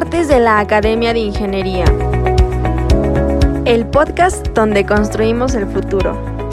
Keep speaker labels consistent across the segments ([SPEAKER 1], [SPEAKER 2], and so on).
[SPEAKER 1] Martes de la Academia de Ingeniería, el podcast donde construimos el futuro.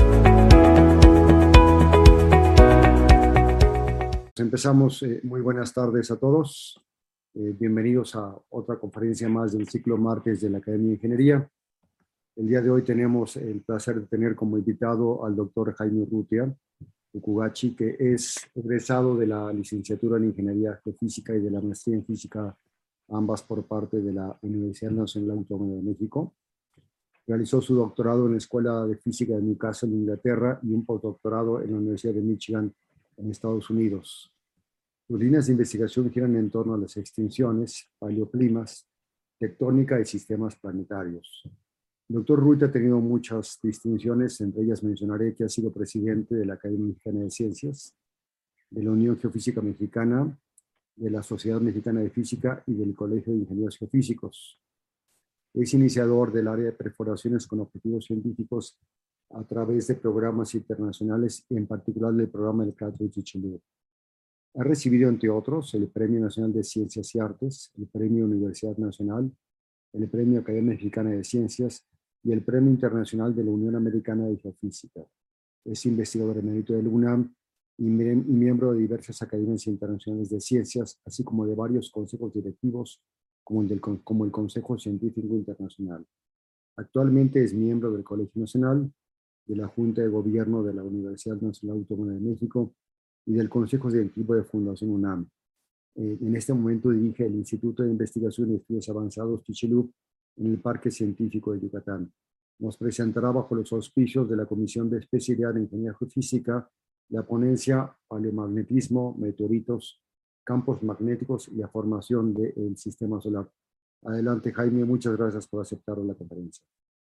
[SPEAKER 2] Empezamos. Muy buenas tardes a todos. Bienvenidos a otra conferencia más del ciclo Martes de la Academia de Ingeniería. El día de hoy tenemos el placer de tener como invitado al doctor Jaime Urrutia Ukugachi, que es egresado de la licenciatura en Ingeniería Geofísica y de la maestría en Física, ambas por parte de la Universidad Nacional Autónoma de México. Realizó su doctorado en la Escuela de Física de Newcastle, Inglaterra, y un postdoctorado en la Universidad de Michigan, en Estados Unidos. Sus líneas de investigación giran en torno a las extinciones, paleoclimas, tectónica y sistemas planetarios. El doctor Urrutia ha tenido muchas distinciones, entre ellas mencionaré que ha sido presidente de la Academia Mexicana de Ciencias, de la Unión Geofísica Mexicana, de la Sociedad Mexicana de Física y del Colegio de Ingenieros Geofísicos. Es iniciador del área de perforaciones con objetivos científicos a través de programas internacionales, y en particular del programa del Cartridge Tichelur. Ha recibido, entre otros, el Premio Nacional de Ciencias y Artes, el Premio Universidad Nacional, el Premio Academia Mexicana de Ciencias y el Premio Internacional de la Unión Americana de Geofísica. Es investigador emérito del UNAM y miembro de diversas academias internacionales de ciencias, así como de varios consejos directivos, como el Consejo Científico Internacional. Actualmente es miembro del Colegio Nacional, de la Junta de Gobierno de la Universidad Nacional Autónoma de México y del Consejo Directivo de Fundación UNAM. En este momento dirige el Instituto de Investigación y Estudios Avanzados Tichelur en el Parque Científico de Yucatán. Nos presentará bajo los auspicios de la Comisión de Especialidad en Ingeniería Geofísica la ponencia Paleomagnetismo, Meteoritos, Campos Magnéticos y la Formación del Sistema Solar. Adelante, Jaime, muchas gracias por aceptar la conferencia.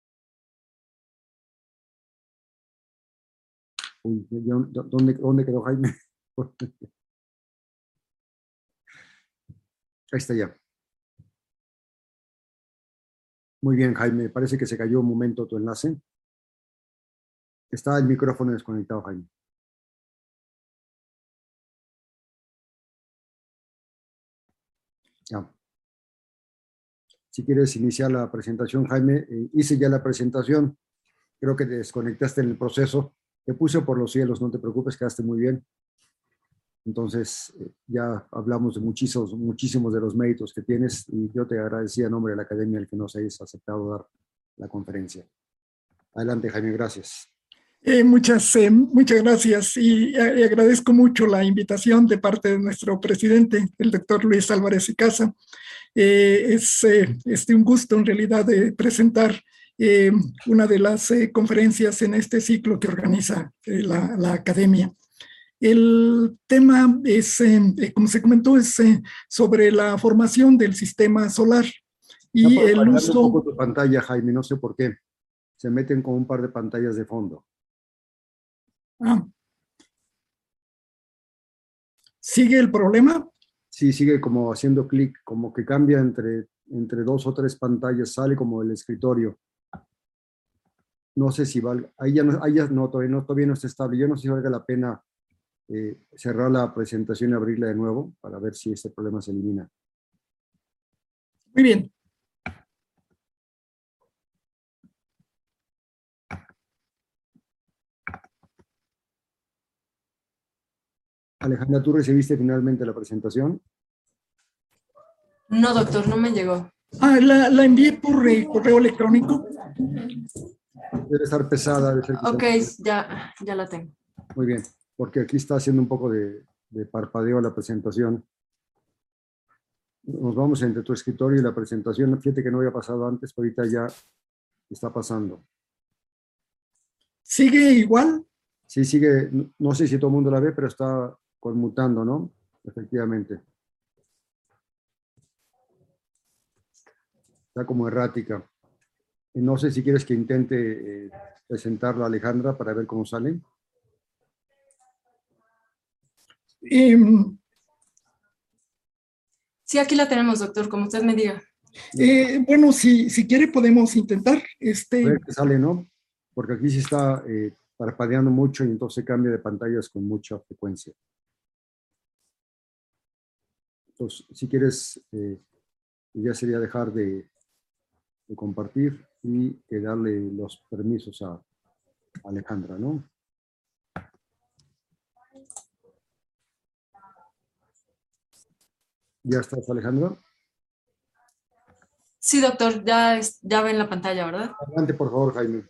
[SPEAKER 2] Uy, ¿dónde quedó Jaime? Ahí está ya. Muy bien, Jaime, parece que se cayó un momento tu enlace. Está el micrófono desconectado, Jaime. Ya. Si quieres iniciar la presentación, Jaime, hice ya la presentación. Creo que te desconectaste en el proceso. Te puse por los cielos, no te preocupes, quedaste muy bien. Entonces, ya hablamos de muchísimos de los méritos que tienes y yo te agradecía en nombre de la Academia el que nos hayas aceptado dar la conferencia. Adelante, Jaime, gracias.
[SPEAKER 3] Muchas gracias y agradezco mucho la invitación de parte de nuestro presidente, el doctor Luis Álvarez y Casa. Es un gusto en realidad de presentar una de las conferencias en este ciclo que organiza la Academia. El tema es, como se comentó, es sobre la formación del sistema solar y el uso...
[SPEAKER 2] un poco tu pantalla, Jaime, no sé por qué. Se meten con un par de pantallas de fondo.
[SPEAKER 3] ¿Sigue el problema?
[SPEAKER 2] Sí, sigue como haciendo clic, como que cambia entre dos o tres pantallas, sale como el escritorio. No sé si valga, ahí ya no, todavía no está estable. Yo no sé si valga la pena cerrar la presentación y abrirla de nuevo para ver si este problema se elimina.
[SPEAKER 3] Muy bien.
[SPEAKER 2] Alejandra, ¿tú recibiste finalmente la presentación?
[SPEAKER 4] No, doctor, no me llegó.
[SPEAKER 3] La envié por correo electrónico.
[SPEAKER 2] Debe estar pesada.
[SPEAKER 4] Ok, ya la tengo.
[SPEAKER 2] Muy bien, porque aquí está haciendo un poco de parpadeo la presentación. Nos vamos entre tu escritorio y la presentación. Fíjate que no había pasado antes, pero ahorita ya está pasando.
[SPEAKER 3] ¿Sigue igual?
[SPEAKER 2] Sí, sigue. No sé si todo el mundo la ve, pero está conmutando, ¿no? Efectivamente. Está como errática. No sé si quieres que intente presentarla a Alejandra para ver cómo sale.
[SPEAKER 4] Sí, aquí la tenemos, doctor, como usted me diga.
[SPEAKER 3] Bueno, si quiere podemos intentar.
[SPEAKER 2] A ver qué sale, ¿no? Porque aquí sí está parpadeando mucho y entonces cambia de pantallas con mucha frecuencia. Entonces, si quieres Y ya sería dejar de compartir y darle los permisos a Alejandra, ¿no? ¿Ya estás, Alejandra?
[SPEAKER 4] Sí, doctor, ya ven la pantalla, ¿verdad?
[SPEAKER 2] Adelante, por favor, Jaime.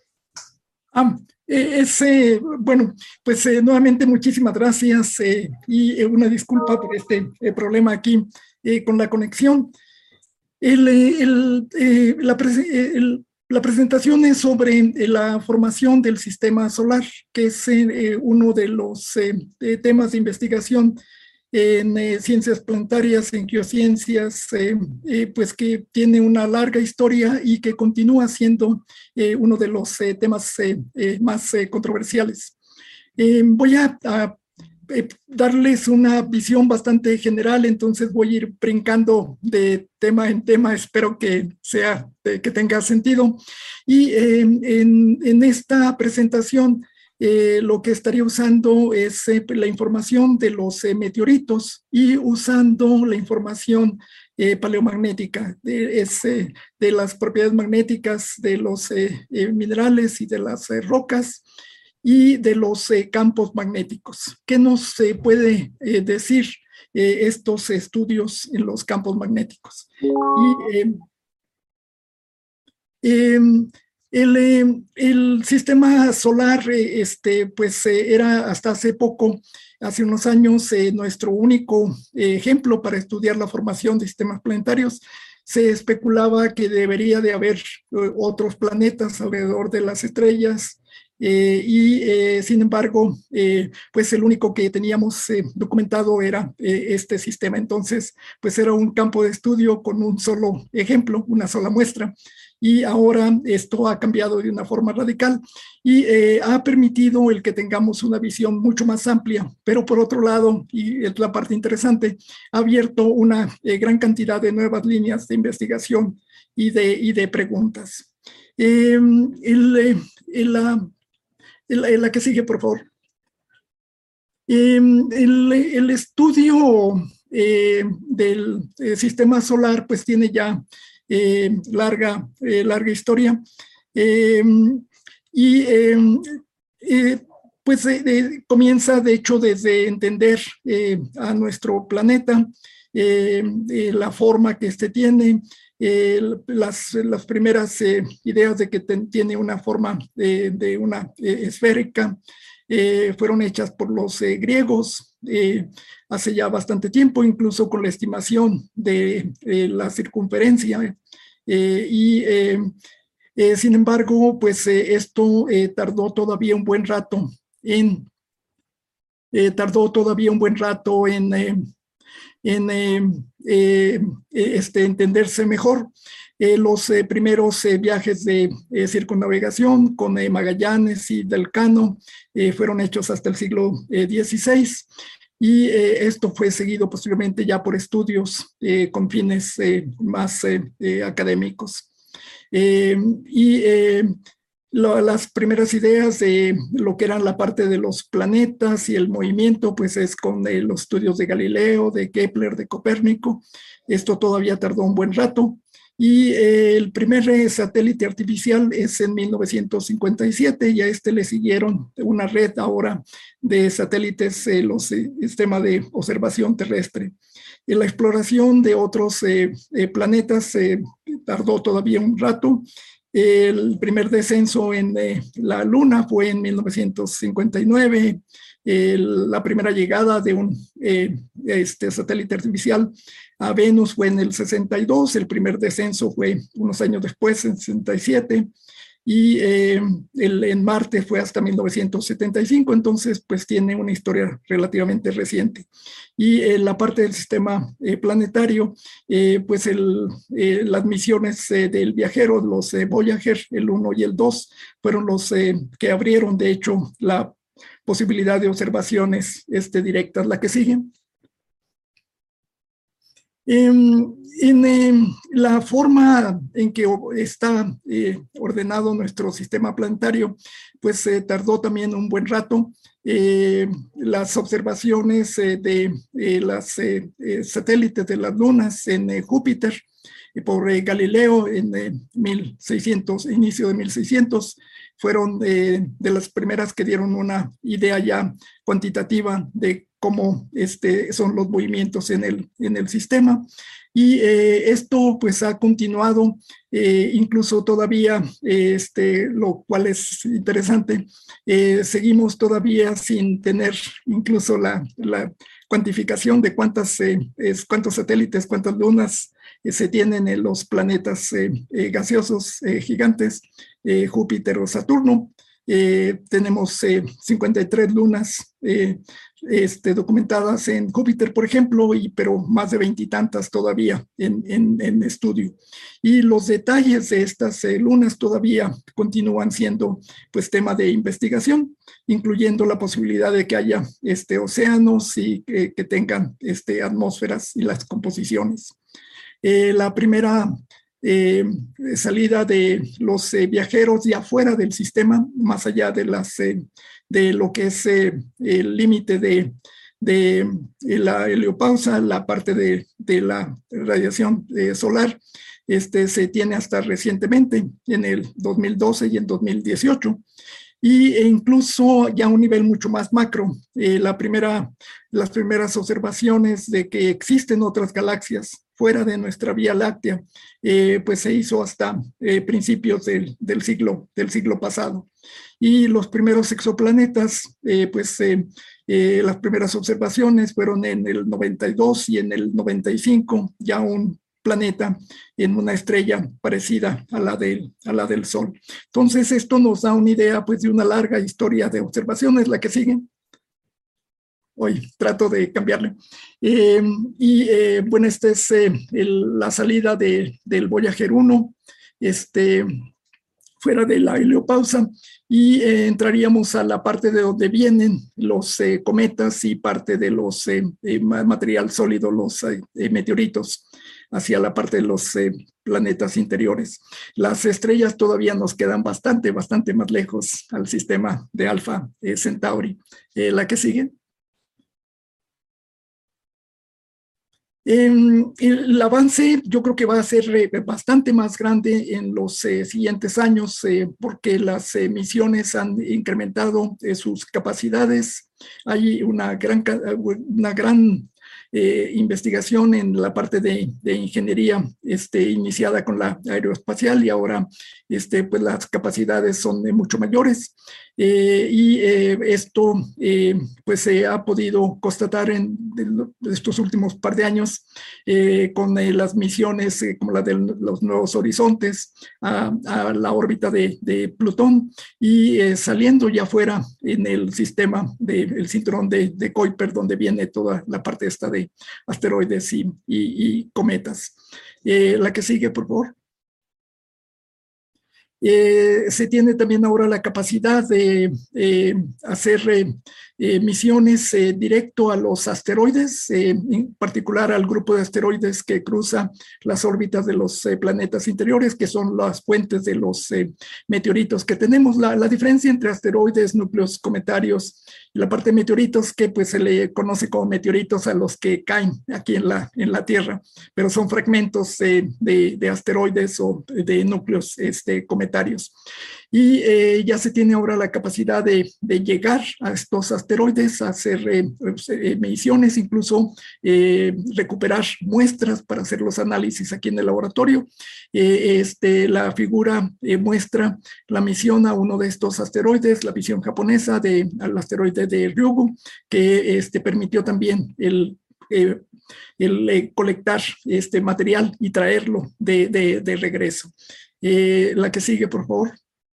[SPEAKER 3] Bueno, pues nuevamente muchísimas gracias y una disculpa por este problema aquí con la conexión. La presentación es sobre la formación del sistema solar, que es uno de los temas de investigación en ciencias planetarias, en geociencias, pues que tiene una larga historia y que continúa siendo uno de los temas más controversiales. Voy a darles una visión bastante general, entonces voy a ir brincando de tema en tema, espero que que tenga sentido. Y en esta presentación lo que estaría usando es la información de los meteoritos y usando la información paleomagnética, de las propiedades magnéticas de los minerales y de las rocas y de los campos magnéticos. ¿Qué nos puede decir estos estudios en los campos magnéticos? El sistema solar, pues era hasta hace poco, hace unos años, nuestro único ejemplo para estudiar la formación de sistemas planetarios. Se especulaba que debería de haber otros planetas alrededor de las estrellas, sin embargo, pues el único que teníamos documentado era este sistema. Entonces, pues era un campo de estudio con un solo ejemplo, una sola muestra. Y ahora esto ha cambiado de una forma radical y ha permitido el que tengamos una visión mucho más amplia, pero por otro lado, y es la parte interesante, ha abierto una gran cantidad de nuevas líneas de investigación y de preguntas. La que sigue, por favor. El estudio del sistema solar pues tiene ya larga historia pues comienza de hecho desde entender a nuestro planeta, la forma que tiene, las primeras ideas de que tiene una forma de una esférica fueron hechas por los griegos hace ya bastante tiempo, incluso con la estimación de la circunferencia. Sin embargo, pues esto tardó todavía un buen rato en entenderse mejor. Los primeros viajes de circunnavegación con Magallanes y Del Cano fueron hechos hasta el siglo XVI y esto fue seguido posteriormente ya por estudios con fines más académicos. Las primeras ideas de lo que eran la parte de los planetas y el movimiento, pues es con los estudios de Galileo, de Kepler, de Copérnico. Esto todavía tardó un buen rato. Y el primer satélite artificial es en 1957 y a este le siguieron una red ahora de satélites, los sistemas de observación terrestre. La exploración de otros planetas tardó todavía un rato. El primer descenso en la Luna fue en 1959. La primera llegada de un satélite artificial a Venus fue en el 62. El primer descenso fue unos años después, en 67. Y en Marte fue hasta 1975, entonces pues tiene una historia relativamente reciente. Y la parte del sistema planetario, pues las misiones del viajero, los Voyager, el 1 y el 2, fueron los que abrieron de hecho la posibilidad de observaciones directas. La que sigue. La forma en que está ordenado nuestro sistema planetario, pues tardó también un buen rato. Las observaciones de las satélites de las lunas en Júpiter por Galileo en 1600, inicio de 1600, fueron de las primeras que dieron una idea ya cuantitativa de cómo son los movimientos en el sistema. Y esto pues ha continuado incluso todavía, lo cual es interesante, seguimos todavía sin tener incluso la cuantificación de cuántos satélites, cuántas lunas se tienen en los planetas gaseosos gigantes, Júpiter o Saturno. Tenemos 53 lunas documentadas en Júpiter, por ejemplo, pero más de 20 y tantas todavía en estudio. Y los detalles de estas lunas todavía continúan siendo pues tema de investigación, incluyendo la posibilidad de que haya océanos y que tengan atmósferas y las composiciones. La primera salida de los viajeros de afuera del sistema, más allá de lo que es el límite de la heliopausa, la parte de la radiación solar, se tiene hasta recientemente, en el 2012 y en 2018. E incluso ya a un nivel mucho más macro, las primeras observaciones de que existen otras galaxias fuera de nuestra Vía Láctea, pues se hizo hasta principios del siglo pasado. Y los primeros exoplanetas, las primeras observaciones fueron en el 92 y en el 95, ya un planeta en una estrella parecida a la del Sol. Entonces, esto nos da una idea pues, de una larga historia de observaciones, la que sigue. Hoy trato de cambiarle. Bueno, esta es la salida del Voyager 1, fuera de la heliopausa, y entraríamos a la parte de donde vienen los cometas y parte de los material sólido, los meteoritos, hacia la parte de los planetas interiores. Las estrellas todavía nos quedan bastante más lejos al sistema de Alfa Centauri. La que sigue. El avance yo creo que va a ser bastante más grande en los siguientes años porque las misiones han incrementado sus capacidades. Hay una gran investigación en la parte de ingeniería iniciada con la aeroespacial y ahora pues las capacidades son mucho mayores. Esto pues se ha podido constatar en estos últimos par de años con las misiones como la de los Nuevos Horizontes a la órbita de Plutón y saliendo ya fuera en el sistema del cinturón de Kuiper, donde viene toda la parte esta de asteroides y cometas. La que sigue, por favor. Se tiene también ahora la capacidad de hacer misiones directo a los asteroides, en particular al grupo de asteroides que cruza las órbitas de los planetas interiores, que son las fuentes de los meteoritos que tenemos. La diferencia entre asteroides, núcleos cometarios y la parte de meteoritos, que pues se le conoce como meteoritos a los que caen aquí en la Tierra, pero son fragmentos de asteroides o de núcleos cometarios. Y ya se tiene ahora la capacidad de llegar a estos asteroides, a hacer mediciones, incluso recuperar muestras para hacer los análisis aquí en el laboratorio. La figura muestra la misión a uno de estos asteroides, la misión japonesa al asteroide de Ryugu, que permitió también el colectar este material y traerlo de regreso. La que sigue, por favor.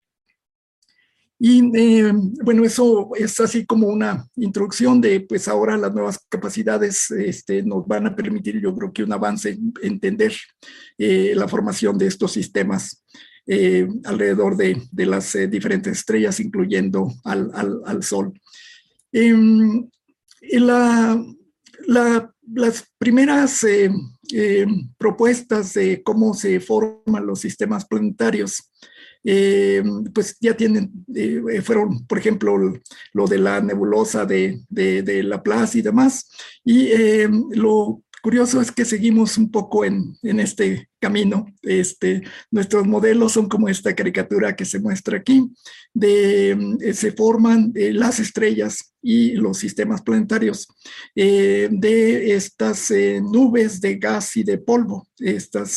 [SPEAKER 3] Y bueno, eso es así como una introducción de, pues ahora las nuevas capacidades nos van a permitir, yo creo que un avance, entender la formación de estos sistemas alrededor de las diferentes estrellas, incluyendo al Sol. La las primeras propuestas de cómo se forman los sistemas planetarios, pues ya fueron, por ejemplo, lo de la nebulosa de Laplace y demás. Y lo curioso es que seguimos un poco en este camino. Nuestros modelos son como esta caricatura que se muestra aquí, se forman las estrellas y los sistemas planetarios de estas nubes de gas y de polvo, estas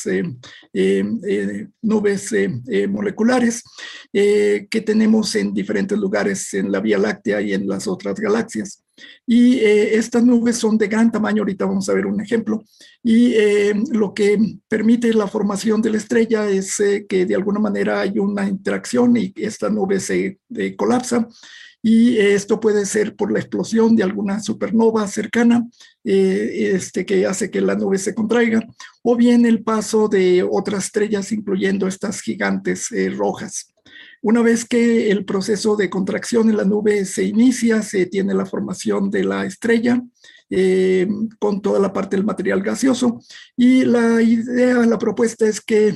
[SPEAKER 3] nubes moleculares que tenemos en diferentes lugares en la Vía Láctea y en las otras galaxias. Y estas nubes son de gran tamaño, ahorita vamos a ver un ejemplo, y lo que permite la formación de la estrella es que de alguna manera hay una interacción y esta nube se colapsa, y esto puede ser por la explosión de alguna supernova cercana que hace que la nube se contraiga, o bien el paso de otras estrellas, incluyendo estas gigantes rojas. Una vez que el proceso de contracción en la nube se inicia, se tiene la formación de la estrella con toda la parte del material gaseoso, y la propuesta es que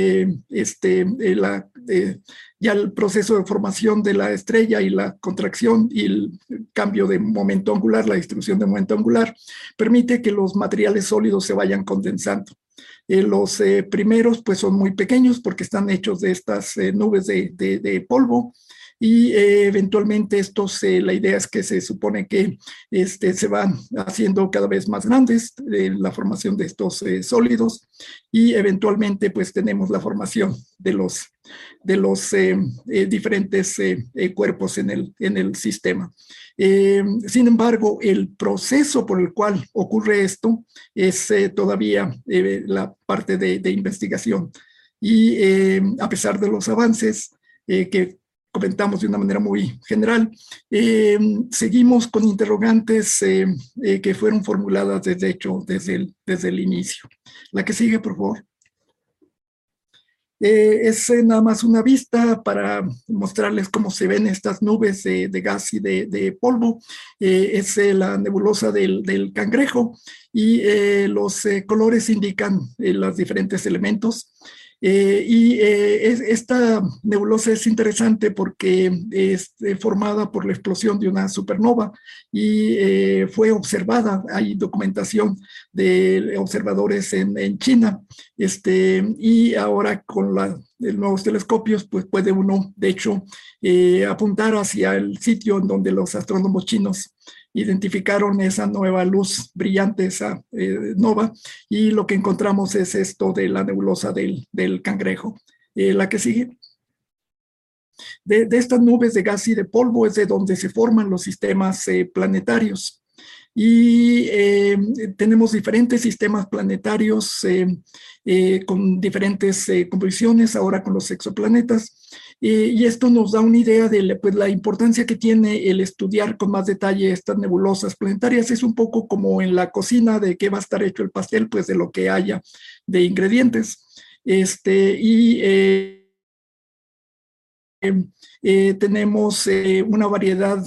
[SPEAKER 3] ya el proceso de formación de la estrella y la contracción y el cambio de momento angular, la distribución de momento angular, permite que los materiales sólidos se vayan condensando. Los primeros pues son muy pequeños porque están hechos de estas nubes de polvo, y eventualmente la idea es que se supone que se van haciendo cada vez más grandes la formación de estos sólidos, y eventualmente pues tenemos la formación de los diferentes cuerpos en el sistema. Sin embargo, el proceso por el cual ocurre esto es todavía la parte de investigación, y a pesar de los avances que comentamos de una manera muy general, seguimos con interrogantes que fueron formuladas desde el inicio. La que sigue, por favor. Es nada más una vista para mostrarles cómo se ven estas nubes de gas y de polvo. Es la nebulosa del Cangrejo, y los colores indican los diferentes elementos. Esta nebulosa es interesante porque es formada por la explosión de una supernova, y fue observada. Hay documentación de observadores en China, y ahora con los nuevos telescopios pues puede uno de hecho apuntar hacia el sitio en donde los astrónomos chinos identificaron esa nueva luz brillante, esa nova, y lo que encontramos es esto de la nebulosa del Cangrejo. La que sigue. De estas nubes de gas y de polvo es de donde se forman los sistemas planetarios. Y tenemos diferentes sistemas planetarios con diferentes composiciones, ahora con los exoplanetas. Y esto nos da una idea de la importancia que tiene el estudiar con más detalle estas nebulosas planetarias. Es un poco como en la cocina, de qué va a estar hecho el pastel, pues de lo que haya de ingredientes. Tenemos una variedad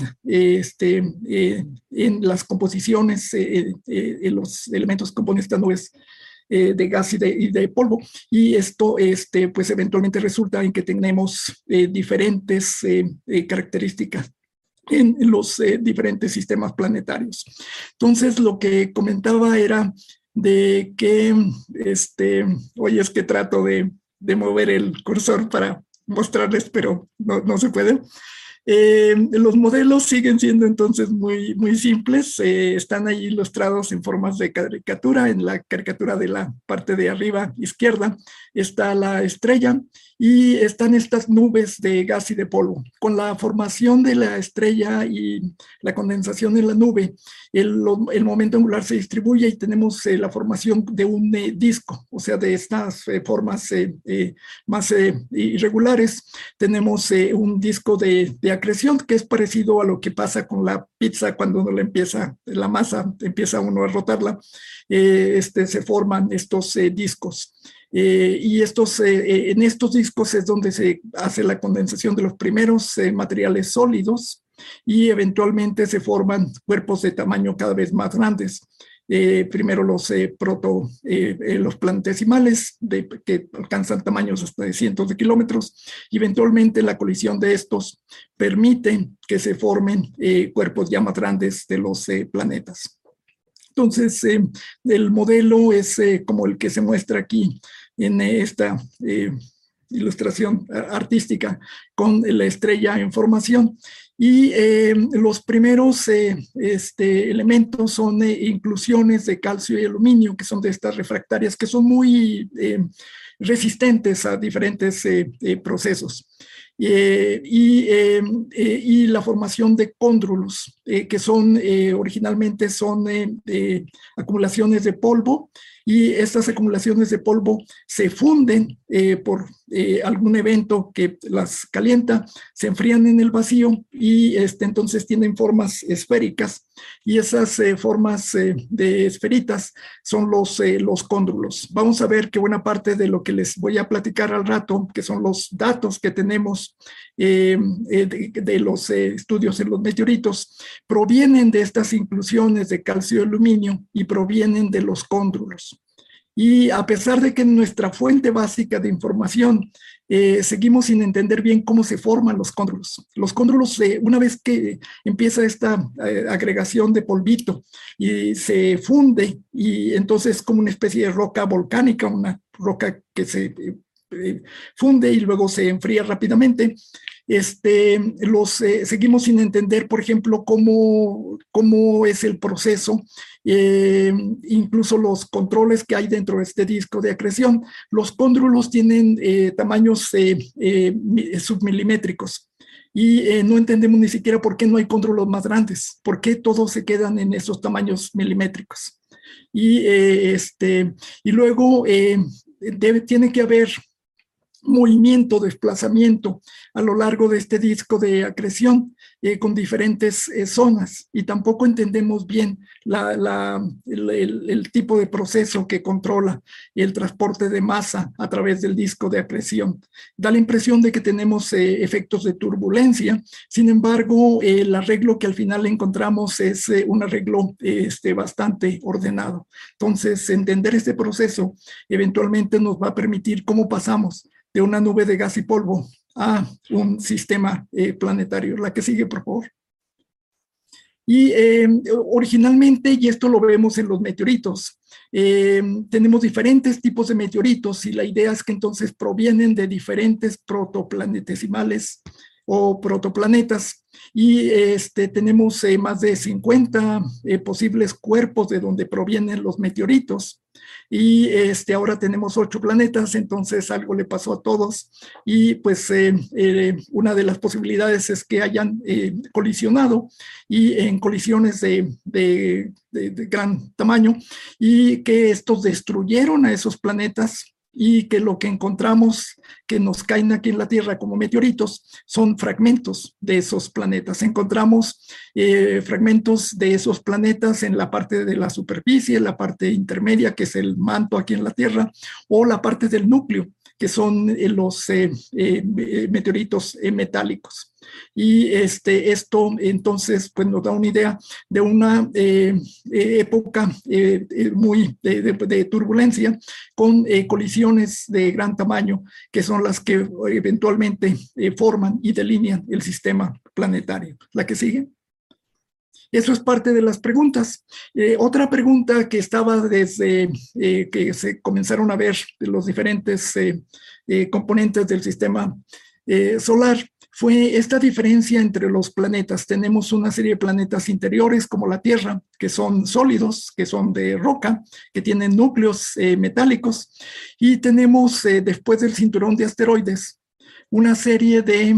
[SPEAKER 3] en las composiciones, en los elementos que componen estas nubes de gas y de polvo, y esto pues eventualmente resulta en que tenemos diferentes características en los diferentes sistemas planetarios. Entonces, lo que comentaba era de que, oye, es que trato de mover el cursor para mostrarles, pero no se puede. Los modelos siguen siendo entonces muy simples, están ahí ilustrados en formas de caricatura. En la caricatura de la parte de arriba izquierda está la estrella, y están estas nubes de gas y de polvo. Con la formación de la estrella y la condensación en la nube, el momento angular se distribuye y tenemos la formación de un disco, o sea, de estas formas más irregulares. Tenemos un disco de acreción, que es parecido a lo que pasa con la pizza cuando uno la masa empieza uno a rotarla. Se forman estos discos. Y en estos discos es donde se hace la condensación de los primeros materiales sólidos, y eventualmente se forman cuerpos de tamaño cada vez más grandes. primero los planetesimales que alcanzan tamaños hasta de cientos de kilómetros, y eventualmente la colisión de estos permite que se formen cuerpos ya más grandes de los planetas. Entonces, el modelo es como el que se muestra aquí en esta ilustración artística con la estrella en formación. Y los primeros elementos son inclusiones de calcio y aluminio, que son de estas refractarias, que son muy resistentes a diferentes procesos. Y la formación de cóndrulos, que son originalmente son acumulaciones de polvo, y estas acumulaciones de polvo se funden por algún evento que las calienta, se enfrían en el vacío y entonces tienen formas esféricas, y esas formas de esferitas son los cóndrulos. Vamos a ver que buena parte de lo que les voy a platicar al rato, que son los datos que tenemos de los estudios en los meteoritos, provienen de estas inclusiones de calcio y aluminio y provienen de los cóndrulos. Y a pesar de que en nuestra fuente básica de información seguimos sin entender bien cómo se forman los cóndrulos. Los cóndrulos, una vez que empieza esta agregación de polvito y se funde, y entonces como una especie de roca volcánica, una roca que se funde y luego se enfría rápidamente, seguimos sin entender, por ejemplo, cómo es el proceso, incluso los controles que hay dentro de este disco de acreción. Los cóndrulos tienen tamaños submilimétricos, y no entendemos ni siquiera por qué no hay cóndrulos más grandes, por qué todos se quedan en esos tamaños milimétricos. Y luego tiene que haber movimiento, desplazamiento a lo largo de este disco de acreción con diferentes zonas, y tampoco entendemos bien el tipo de proceso que controla el transporte de masa a través del disco de acreción. Da la impresión de que tenemos efectos de turbulencia. Sin embargo, el arreglo que al final encontramos es un arreglo bastante ordenado. Entonces, entender este proceso eventualmente nos va a permitir cómo pasamos de una nube de gas y polvo a un sistema planetario. La que sigue, por favor. Y originalmente, y esto lo vemos en los meteoritos, tenemos diferentes tipos de meteoritos, y la idea es que entonces provienen de diferentes protoplanetesimales o protoplanetas, y tenemos más de 50 posibles cuerpos de donde provienen los meteoritos, y ahora tenemos 8 planetas. Entonces algo le pasó a todos, y pues una de las posibilidades es que hayan colisionado, y en colisiones de gran tamaño, y que estos destruyeron a esos planetas, y que lo que encontramos que nos caen aquí en la Tierra como meteoritos son fragmentos de esos planetas. Encontramos fragmentos de esos planetas en la parte de la superficie, la parte intermedia, que es el manto aquí en la Tierra, o la parte del núcleo, que son los meteoritos metálicos. Y esto entonces pues nos da una idea de una época muy de turbulencia, con colisiones de gran tamaño, que son las que eventualmente forman y delinean el sistema planetario. La que sigue. Eso es parte de las preguntas. Otra pregunta que estaba desde que se comenzaron a ver los diferentes componentes del sistema solar fue esta diferencia entre los planetas. Tenemos una serie de planetas interiores como la Tierra, que son sólidos, que son de roca, que tienen núcleos metálicos, y tenemos después del cinturón de asteroides una serie de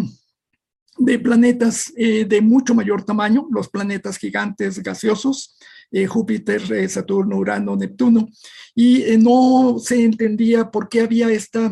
[SPEAKER 3] planetas de mucho mayor tamaño, los planetas gigantes gaseosos, Júpiter, Saturno, Urano, Neptuno, y no se entendía por qué había esta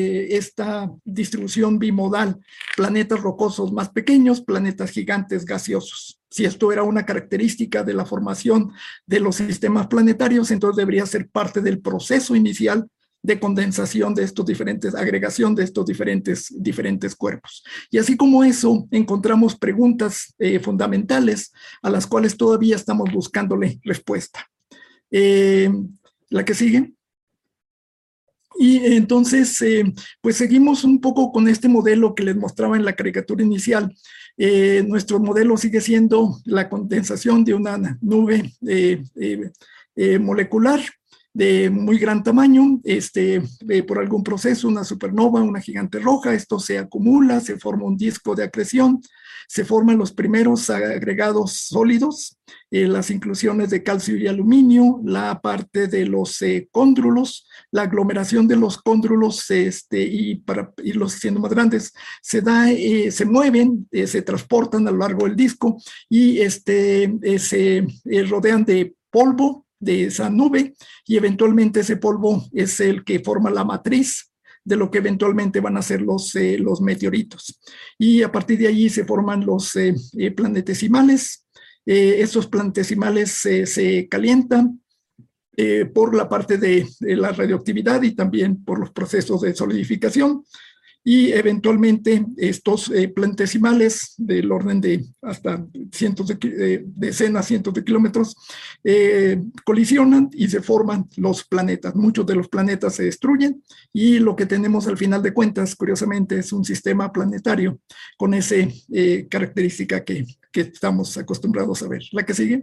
[SPEAKER 3] distribución bimodal, planetas rocosos más pequeños, planetas gigantes gaseosos. Si esto era una característica de la formación de los sistemas planetarios, entonces debería ser parte del proceso inicial de condensación de estos diferentes, agregación de estos diferentes cuerpos. Y así como eso, encontramos preguntas fundamentales a las cuales todavía estamos buscándole respuesta. La que sigue. Y entonces, pues seguimos un poco con este modelo que les mostraba en la caricatura inicial. Nuestro modelo sigue siendo la condensación de una nube molecular de muy gran tamaño, por algún proceso, una supernova, una gigante roja. Esto se acumula, se forma un disco de acreción, se forman los primeros agregados sólidos, las inclusiones de calcio y aluminio, la parte de los cóndrulos, la aglomeración de los cóndrulos, y para irlos haciendo más grandes, se mueven, se transportan a lo largo del disco y se rodean de polvo de esa nube, y eventualmente ese polvo es el que forma la matriz de lo que eventualmente van a ser los meteoritos. Y a partir de allí se forman los planetesimales. Estos planetesimales se calientan por la parte de la radioactividad y también por los procesos de solidificación. Y eventualmente estos planetesimales del orden de hasta decenas, cientos de kilómetros colisionan y se forman los planetas. Muchos de los planetas se destruyen y lo que tenemos al final de cuentas, curiosamente, es un sistema planetario con esa característica que estamos acostumbrados a ver. ¿La que sigue?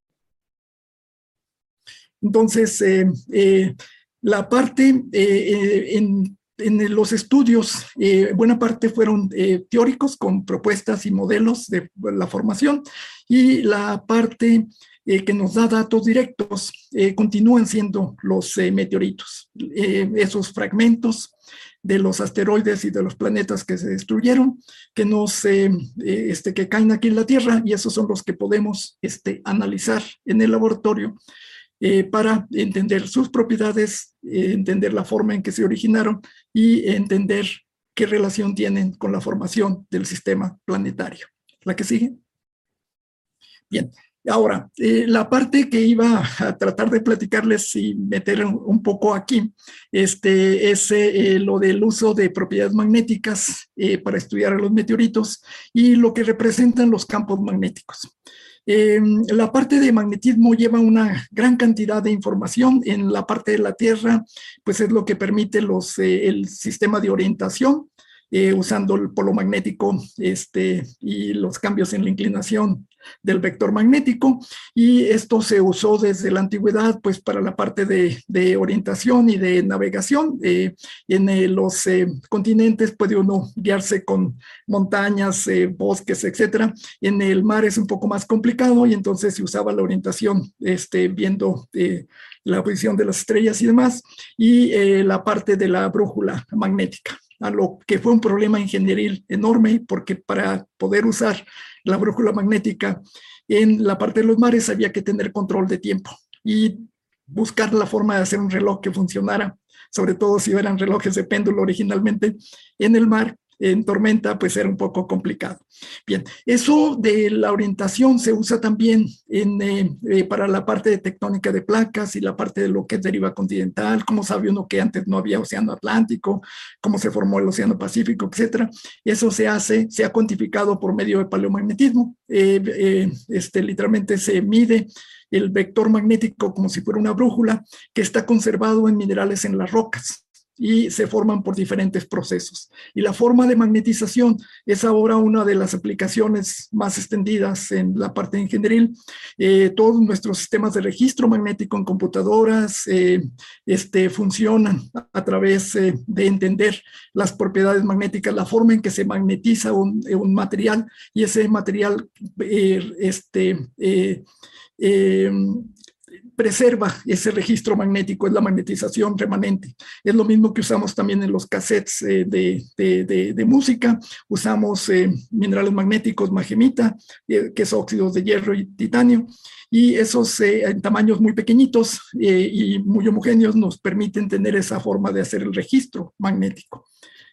[SPEAKER 3] Entonces, la parte en los estudios, buena parte fueron teóricos con propuestas y modelos de la formación, y la parte que nos da datos directos continúan siendo los meteoritos, esos fragmentos de los asteroides y de los planetas que se destruyeron, que caen aquí en la Tierra, y esos son los que podemos analizar en el laboratorio para entender sus propiedades, entender la forma en que se originaron y entender qué relación tienen con la formación del sistema planetario. ¿La que sigue? Bien, ahora, la parte que iba a tratar de platicarles y meter un poco aquí, es lo del uso de propiedades magnéticas para estudiar a los meteoritos y lo que representan los campos magnéticos. La parte de magnetismo lleva una gran cantidad de información. En la parte de la Tierra, pues es lo que permite el sistema de orientación, usando el polo magnético y los cambios en la inclinación del vector magnético, y esto se usó desde la antigüedad pues para la parte de orientación y de navegación. En los continentes puede uno guiarse con montañas, bosques, etcétera. En el mar es un poco más complicado y entonces se usaba la orientación viendo la posición de las estrellas y demás, y la parte de la brújula magnética, a lo que fue un problema ingenieril enorme, porque para poder usar la brújula magnética en la parte de los mares había que tener control de tiempo y buscar la forma de hacer un reloj que funcionara, sobre todo si eran relojes de péndulo originalmente en el mar. En tormenta pues era un poco complicado. Bien, eso de la orientación se usa también para la parte de tectónica de placas y la parte de lo que es deriva continental, cómo sabe uno que antes no había océano Atlántico, cómo se formó el océano Pacífico, etcétera. Eso se ha cuantificado por medio de paleomagnetismo. Literalmente se mide el vector magnético como si fuera una brújula que está conservado en minerales en las rocas y se forman por diferentes procesos. Y la forma de magnetización es ahora una de las aplicaciones más extendidas en la parte ingenieril. Todos nuestros sistemas de registro magnético en computadoras funcionan a través de entender las propiedades magnéticas, la forma en que se magnetiza un material, y ese material preserva ese registro magnético, es la magnetización remanente. Es lo mismo que usamos también en los cassettes de música. Usamos minerales magnéticos, magnemita, que es óxidos de hierro y titanio, y esos en tamaños muy pequeñitos y muy homogéneos nos permiten tener esa forma de hacer el registro magnético.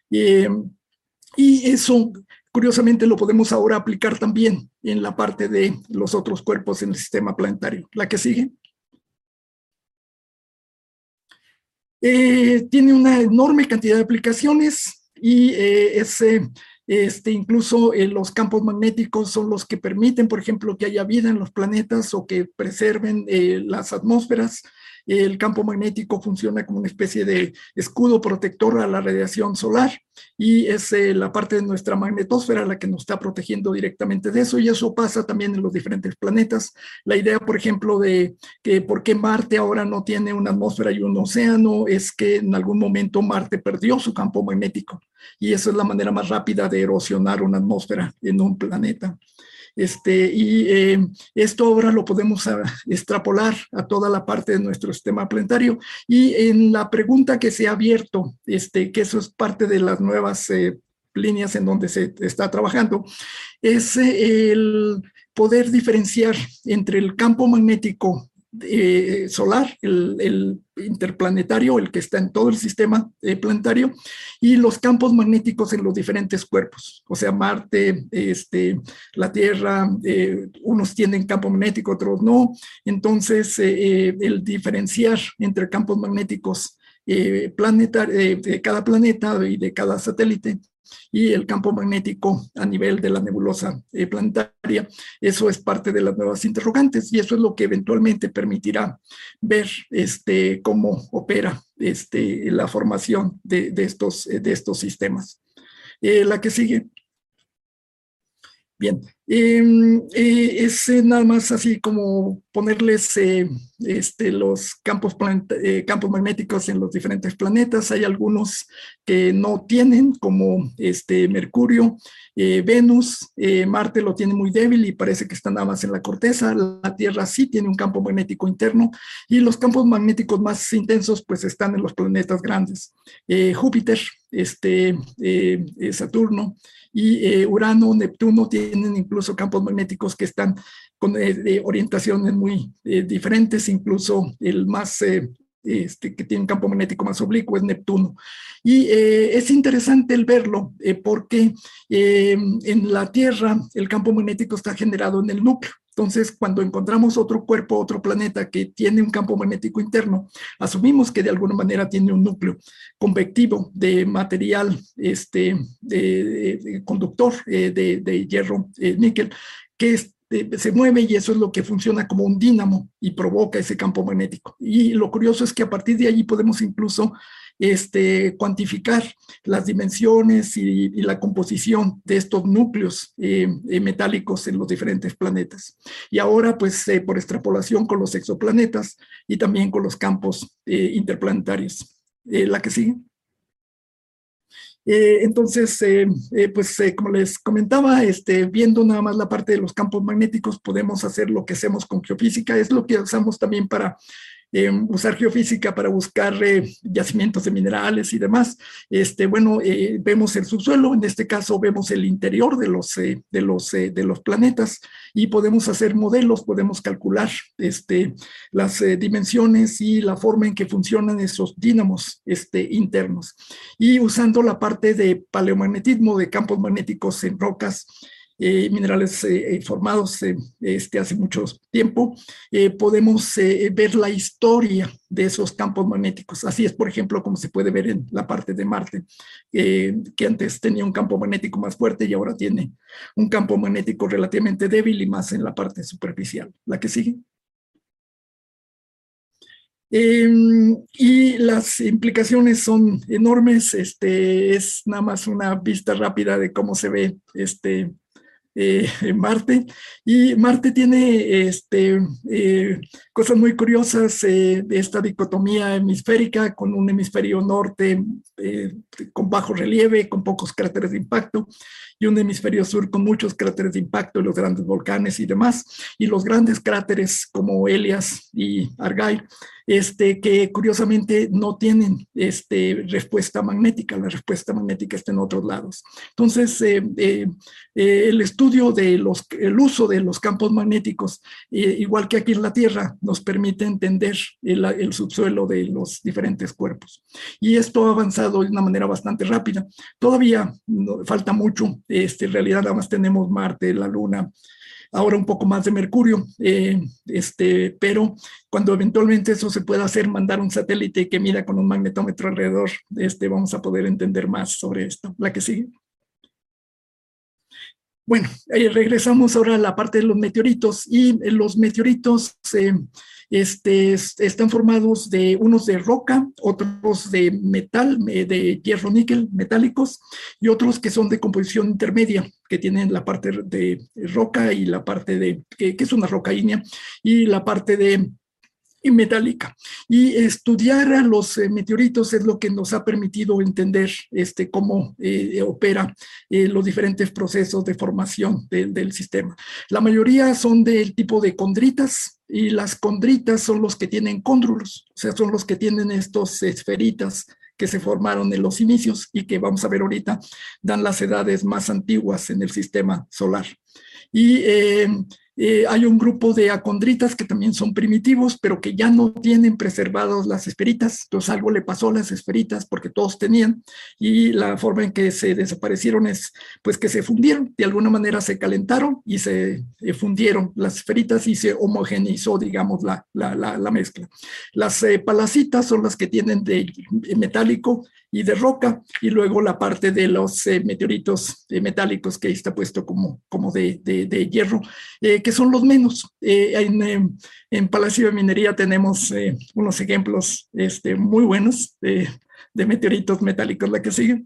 [SPEAKER 3] Y eso, curiosamente, lo podemos ahora aplicar también en la parte de los otros cuerpos en el sistema planetario. ¿La que sigue? Tiene una enorme cantidad de aplicaciones y Incluso los campos magnéticos son los que permiten, por ejemplo, que haya vida en los planetas o que preserven las atmósferas. El campo magnético funciona como una especie de escudo protector a la radiación solar y es la parte de nuestra magnetosfera la que nos está protegiendo directamente de eso, y eso pasa también en los diferentes planetas. La idea, por ejemplo, de que por qué Marte ahora no tiene una atmósfera y un océano es que en algún momento Marte perdió su campo magnético y esa es la manera más rápida de erosionar una atmósfera en un planeta. Esto ahora lo podemos extrapolar a toda la parte de nuestro sistema planetario, y en la pregunta que se ha abierto, que eso es parte de las nuevas líneas en donde se está trabajando, es el poder diferenciar entre el campo magnético solar, el interplanetario, el que está en todo el sistema planetario, y los campos magnéticos en los diferentes cuerpos, o sea, Marte, la Tierra, unos tienen campo magnético, otros no. Entonces, el diferenciar entre campos magnéticos de cada planeta y de cada satélite y el campo magnético a nivel de la nebulosa planetaria, eso es parte de las nuevas interrogantes, y eso es lo que eventualmente permitirá ver cómo opera la formación de estos sistemas. La que sigue. Bien, es nada más así como ponerles los campos magnéticos en los diferentes planetas. Hay algunos que no tienen, como Mercurio, Venus, Marte lo tiene muy débil y parece que está nada más en la corteza. La Tierra sí tiene un campo magnético interno, y los campos magnéticos más intensos pues están en los planetas grandes. Júpiter, Saturno y Urano, Neptuno tienen incluso campos magnéticos que están con orientaciones muy diferentes. Incluso el más que tiene un campo magnético más oblicuo es Neptuno. Y es interesante el verlo porque en la Tierra el campo magnético está generado en el núcleo. Entonces, cuando encontramos otro cuerpo, otro planeta que tiene un campo magnético interno, asumimos que de alguna manera tiene un núcleo convectivo de material de conductor de hierro, níquel, que se mueve, y eso es lo que funciona como un dínamo y provoca ese campo magnético. Y lo curioso es que a partir de allí podemos incluso cuantificar las dimensiones y la composición de estos núcleos metálicos en los diferentes planetas. Y ahora, pues, por extrapolación con los exoplanetas y también con los campos interplanetarios. La que sigue. Entonces, como les comentaba, viendo nada más la parte de los campos magnéticos, podemos hacer lo que hacemos con geofísica. Es lo que usamos también para usar geofísica para buscar yacimientos de minerales y demás. Vemos el subsuelo, en este caso vemos el interior de los planetas, y podemos hacer modelos, podemos calcular las dimensiones y la forma en que funcionan esos dínamos internos. Y usando la parte de paleomagnetismo, de campos magnéticos en rocas, minerales formados hace mucho tiempo, podemos ver la historia de esos campos magnéticos. Así es, por ejemplo, como se puede ver en la parte de Marte, que antes tenía un campo magnético más fuerte y ahora tiene un campo magnético relativamente débil y más en la parte superficial. La que sigue. Y las implicaciones son enormes. Es nada más una vista rápida de cómo se ve Marte. Y Marte tiene cosas muy curiosas de esta dicotomía hemisférica, con un hemisferio norte con bajo relieve, con pocos cráteres de impacto, y un hemisferio sur con muchos cráteres de impacto, los grandes volcanes y demás, y los grandes cráteres como Elias y Argyle, que curiosamente no tienen respuesta magnética. La respuesta magnética está en otros lados. Entonces, el estudio el uso de los campos magnéticos, igual que aquí en la Tierra, nos permite entender el subsuelo de los diferentes cuerpos. Y esto ha avanzado de una manera bastante rápida. Todavía falta mucho. En realidad nada más tenemos Marte, la Luna, ahora un poco más de Mercurio, pero cuando eventualmente eso se pueda hacer, mandar un satélite que mida con un magnetómetro alrededor, vamos a poder entender más sobre esto. La que sigue. Bueno, regresamos ahora a la parte de los meteoritos, y los meteoritos están formados de unos de roca, otros de metal, de hierro níquel metálicos, y otros que son de composición intermedia, que tienen la parte de roca y la parte de, que es una roca ígnea, y la parte de metálica. Y estudiar a los meteoritos es lo que nos ha permitido entender cómo opera los diferentes procesos de formación del sistema. La mayoría son del tipo de condritas, y las condritas son los que tienen cóndrulos, o sea, son los que tienen estos esferitas que se formaron en los inicios y que vamos a ver ahorita dan las edades más antiguas en el sistema solar. Y hay un grupo de acondritas que también son primitivos, pero que ya no tienen preservadas las esferitas. Entonces algo le pasó a las esferitas porque todos tenían, y la forma en que se desaparecieron es pues que se fundieron, de alguna manera se calentaron y se fundieron las esferitas y se homogeneizó, digamos, la mezcla. Las palacitas son las que tienen de metálico y de roca, y luego la parte de los meteoritos metálicos que ahí está puesto como de hierro, que son los menos. En Palacio de Minería tenemos unos ejemplos muy buenos de meteoritos metálicos. La que sigue.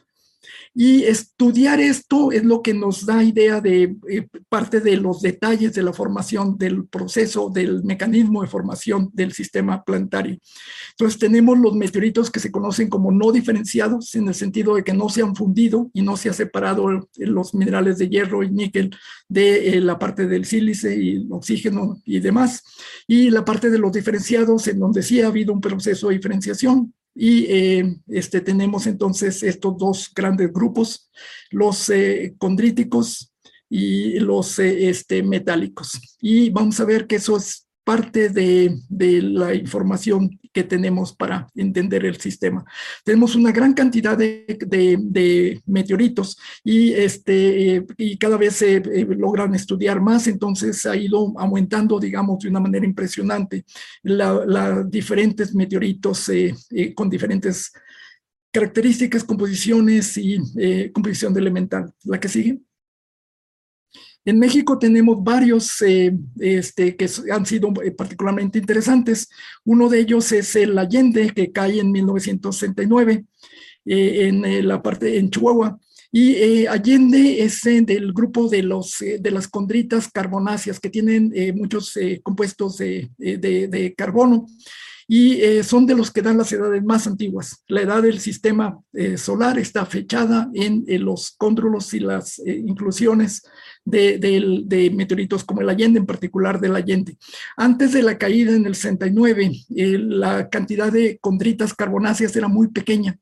[SPEAKER 3] Y estudiar esto es lo que nos da idea de parte de los detalles de la formación, del proceso, del mecanismo de formación del sistema planetario. Entonces tenemos los meteoritos que se conocen como no diferenciados, en el sentido de que no se han fundido y no se ha separado los minerales de hierro y níquel de la parte del sílice y el oxígeno y demás. Y la parte de los diferenciados, en donde sí ha habido un proceso de diferenciación. Y tenemos entonces estos dos grandes grupos, los condríticos y los metálicos. Y vamos a ver que eso es parte de la información que tenemos para entender el sistema. Tenemos una gran cantidad de meteoritos, y cada vez se logran estudiar más, entonces ha ido aumentando, digamos, de una manera impresionante la diferentes meteoritos con diferentes características, composiciones y composición de elemental. La que sigue. En México tenemos varios que han sido particularmente interesantes. Uno de ellos es el Allende, que cae en 1969 en Chihuahua. Y Allende es del grupo de las condritas carbonáceas, que tienen muchos compuestos de carbono, y son de los que dan las edades más antiguas. La edad del sistema solar está fechada en los cóndrulos y las inclusiones de meteoritos como el Allende, en particular del Allende. Antes de la caída en el 69, la cantidad de condritas carbonáceas era muy pequeña,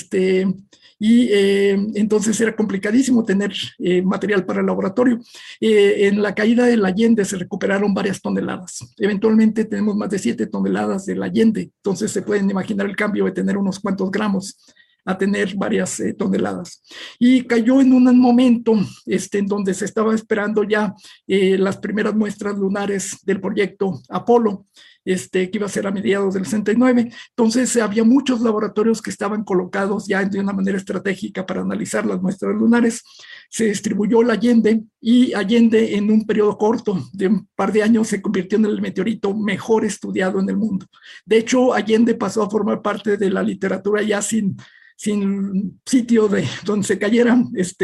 [SPEAKER 3] entonces era complicadísimo tener material para el laboratorio. En la caída del Allende se recuperaron varias toneladas. Eventualmente tenemos más de 7 toneladas del Allende, entonces se pueden imaginar el cambio de tener unos cuantos gramos a tener varias toneladas. Y cayó en un momento en donde se estaba esperando ya las primeras muestras lunares del proyecto Apolo, que iba a ser a mediados del 69. Entonces había muchos laboratorios que estaban colocados ya de una manera estratégica para analizar las muestras lunares. Se distribuyó el Allende, y Allende en un periodo corto de un par de años se convirtió en el meteorito mejor estudiado en el mundo. De hecho, Allende pasó a formar parte de la literatura ya sin sitio donde se cayeran.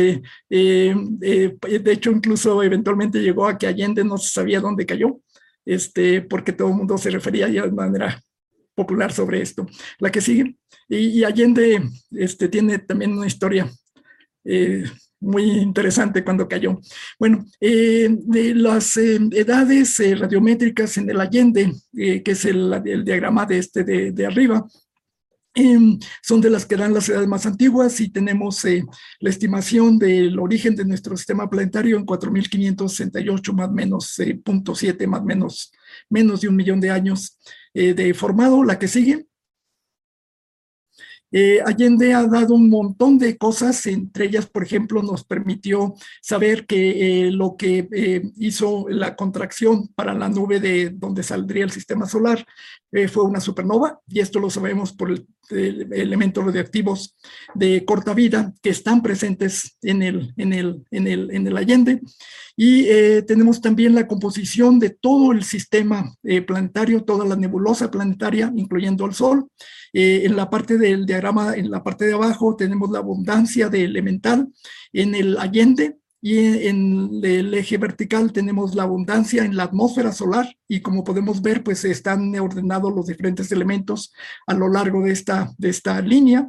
[SPEAKER 3] De hecho, incluso eventualmente llegó a que Allende no se sabía dónde cayó, porque todo el mundo se refería ya de manera popular sobre esto. La que sigue. Y Allende tiene también una historia muy interesante cuando cayó. Bueno, de las edades radiométricas en el Allende, que es el diagrama de arriba, son de las que dan las edades más antiguas, y tenemos la estimación del origen de nuestro sistema planetario en 4.568 más menos 0.7 más menos de 1 millón de años de formado. La que sigue. Allende ha dado un montón de cosas, entre ellas, por ejemplo, nos permitió saber que lo que hizo la contracción para la nube de donde saldría el sistema solar fue una supernova, y esto lo sabemos por elementos radioactivos de corta vida que están presentes en el Allende. Y tenemos también la composición de todo el sistema planetario, toda la nebulosa planetaria, incluyendo el Sol. En la parte del diagrama, en la parte de abajo, tenemos la abundancia de elemental en el Allende, y en el eje vertical tenemos la abundancia en la atmósfera solar, y como podemos ver, pues están ordenados los diferentes elementos a lo largo de esta línea.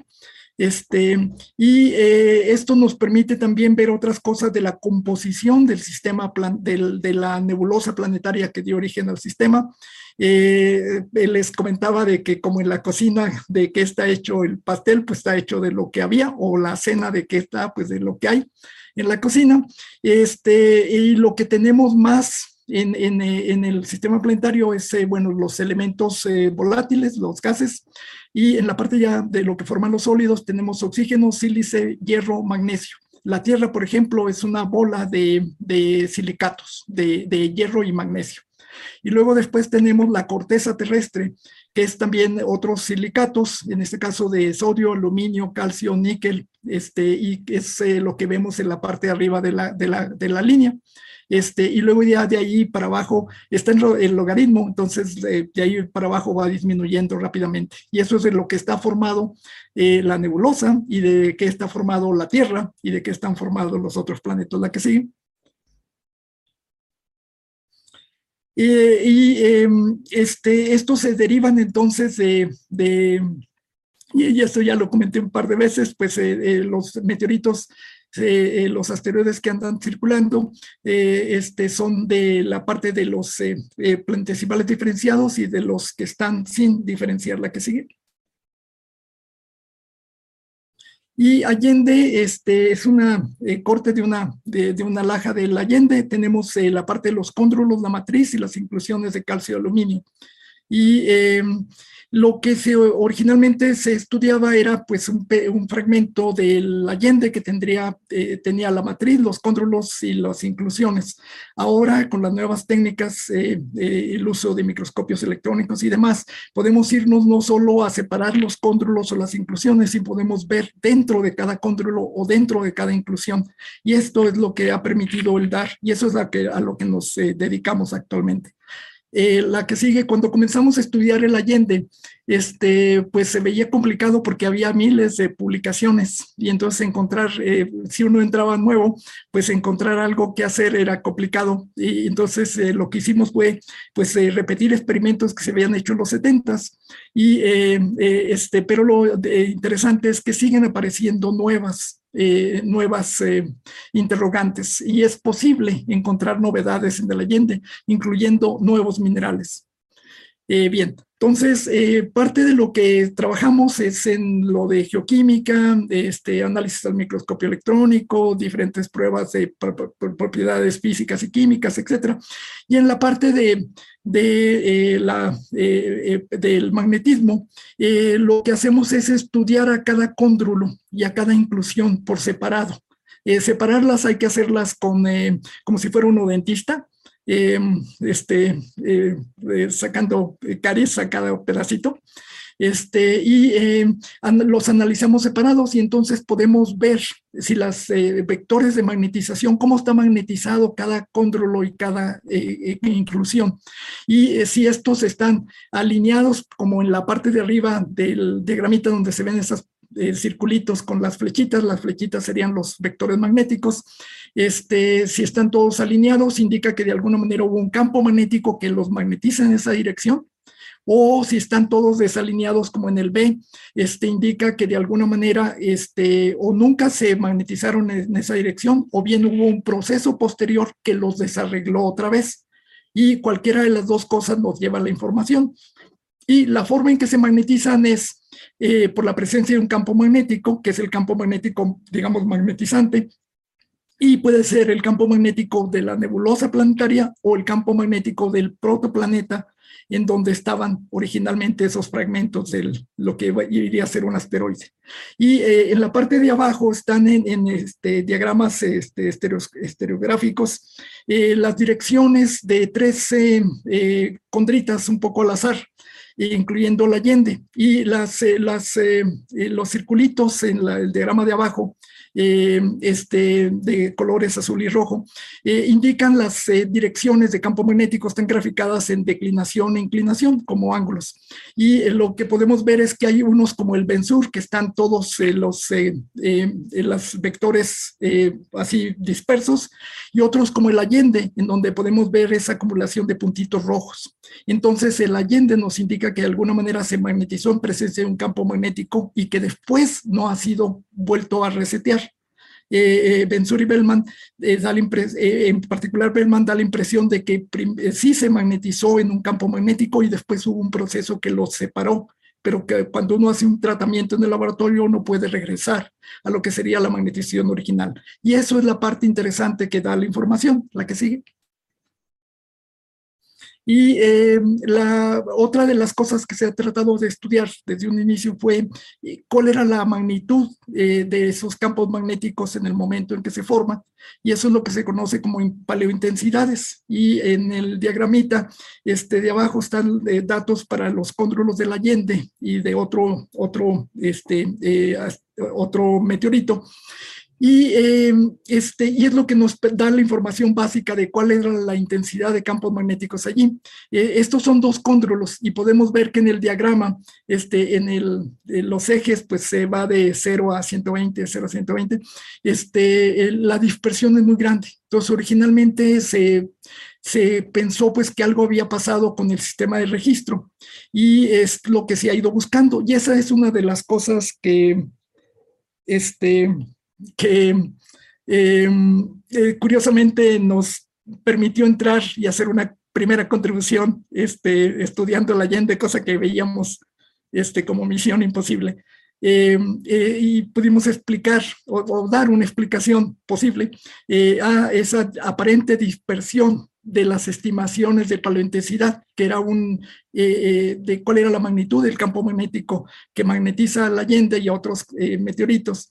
[SPEAKER 3] Esto nos permite también ver otras cosas de la composición del sistema, de la nebulosa planetaria que dio origen al sistema. Les comentaba de que como en la cocina, de qué está hecho el pastel, pues está hecho de lo que había, o la cena de qué está, pues de lo que hay en la cocina. Y lo que tenemos más en el sistema planetario es, bueno, los elementos volátiles, los gases, y en la parte ya de lo que forman los sólidos tenemos oxígeno, sílice, hierro, magnesio. La Tierra, por ejemplo, es una bola de silicatos, de hierro y magnesio. Y luego después tenemos la corteza terrestre, que es también otros silicatos, en este caso de sodio, aluminio, calcio, níquel, y es lo que vemos en la parte de arriba de la línea. Y luego ya de ahí para abajo está el logaritmo, entonces de ahí para abajo va disminuyendo rápidamente. Y eso es de lo que está formado la nebulosa, y de qué está formado la Tierra, y de qué están formados los otros planetas. La que sigue. Estos se derivan entonces y esto ya lo comenté un par de veces, pues los meteoritos, los asteroides que andan circulando, son de la parte de los planetesimales diferenciados y de los que están sin diferenciar. La que sigue. Y Allende es una corte de una laja del Allende. Tenemos la parte de los cóndrulos, la matriz y las inclusiones de calcio y aluminio. Y lo que originalmente se estudiaba era pues un fragmento del Allende que tenía la matriz, los cóndrulos y las inclusiones. Ahora, con las nuevas técnicas, el uso de microscopios electrónicos y demás, podemos irnos no solo a separar los cóndrulos o las inclusiones, sino podemos ver dentro de cada cóndrulo o dentro de cada inclusión. Y esto es lo que ha permitido el DAR, y eso es a lo que nos dedicamos actualmente. La que sigue, cuando comenzamos a estudiar el Allende, pues se veía complicado porque había miles de publicaciones, y entonces encontrar, si uno entraba nuevo, pues encontrar algo que hacer era complicado. Y entonces lo que hicimos fue pues repetir experimentos que se habían hecho en los 70s, pero lo interesante es que siguen apareciendo nuevas interrogantes, y es posible encontrar novedades en el Allende, incluyendo nuevos minerales. Bien, entonces parte de lo que trabajamos es en lo de geoquímica, análisis al microscopio electrónico, diferentes pruebas de propiedades físicas y químicas, etcétera. Y en la parte del magnetismo, lo que hacemos es estudiar a cada cóndrulo y a cada inclusión por separado. Separarlas hay que hacerlas como si fuera uno dentista, sacando caries a cada pedacito, los analizamos separados, y entonces podemos ver si las vectores de magnetización, cómo está magnetizado cada cóndrulo y cada inclusión, y si estos están alineados como en la parte de arriba del diagramita donde se ven esas circulitos con las flechitas serían los vectores magnéticos. Si están todos alineados, indica que de alguna manera hubo un campo magnético que los magnetiza en esa dirección, o si están todos desalineados como en el B, indica que de alguna manera o nunca se magnetizaron en esa dirección, o bien hubo un proceso posterior que los desarregló otra vez, y cualquiera de las dos cosas nos lleva a la información. Y la forma en que se magnetizan es por la presencia de un campo magnético, que es el campo magnético, digamos, magnetizante, y puede ser el campo magnético de la nebulosa planetaria o el campo magnético del protoplaneta, en donde estaban originalmente esos fragmentos de lo que iría a ser un asteroide. Y en la parte de abajo están en diagramas estereográficos las direcciones de 13 condritas un poco al azar, incluyendo la Allende, y los circulitos en el diagrama de abajo, de colores azul y rojo, indican las direcciones de campo magnético, están graficadas en declinación e inclinación como ángulos. Y lo que podemos ver es que hay unos como el Bensur, que están todos los vectores así dispersos, y otros como el Allende, en donde podemos ver esa acumulación de puntitos rojos. Entonces el Allende nos indica que de alguna manera se magnetizó en presencia de un campo magnético y que después no ha sido vuelto a resetear. Bensur y Bellman, en particular Bellman, da la impresión de que sí se magnetizó en un campo magnético y después hubo un proceso que los separó, pero que cuando uno hace un tratamiento en el laboratorio no puede regresar a lo que sería la magnetización original. Y eso es la parte interesante que da la información. La que sigue. Y otra de las cosas que se ha tratado de estudiar desde un inicio fue cuál era la magnitud de esos campos magnéticos en el momento en que se forman, y eso es lo que se conoce como paleointensidades. Y en el diagramita de abajo están datos para los cóndrulos del Allende y de otro meteorito. Y es lo que nos da la información básica de cuál era la intensidad de campos magnéticos allí. Estos son dos cóndrulos y podemos ver que en el diagrama, en los ejes, pues se va de 0 a 120, 0 a 120. La dispersión es muy grande. Entonces, originalmente se pensó pues que algo había pasado con el sistema de registro, y es lo que se ha ido buscando. Y esa es una de las cosas que curiosamente nos permitió entrar y hacer una primera contribución estudiando la Allende, cosa que veíamos como misión imposible. Y pudimos explicar o dar una explicación posible a esa aparente dispersión de las estimaciones de paleointensidad, que era de cuál era la magnitud del campo magnético que magnetiza a la Allende y a otros meteoritos,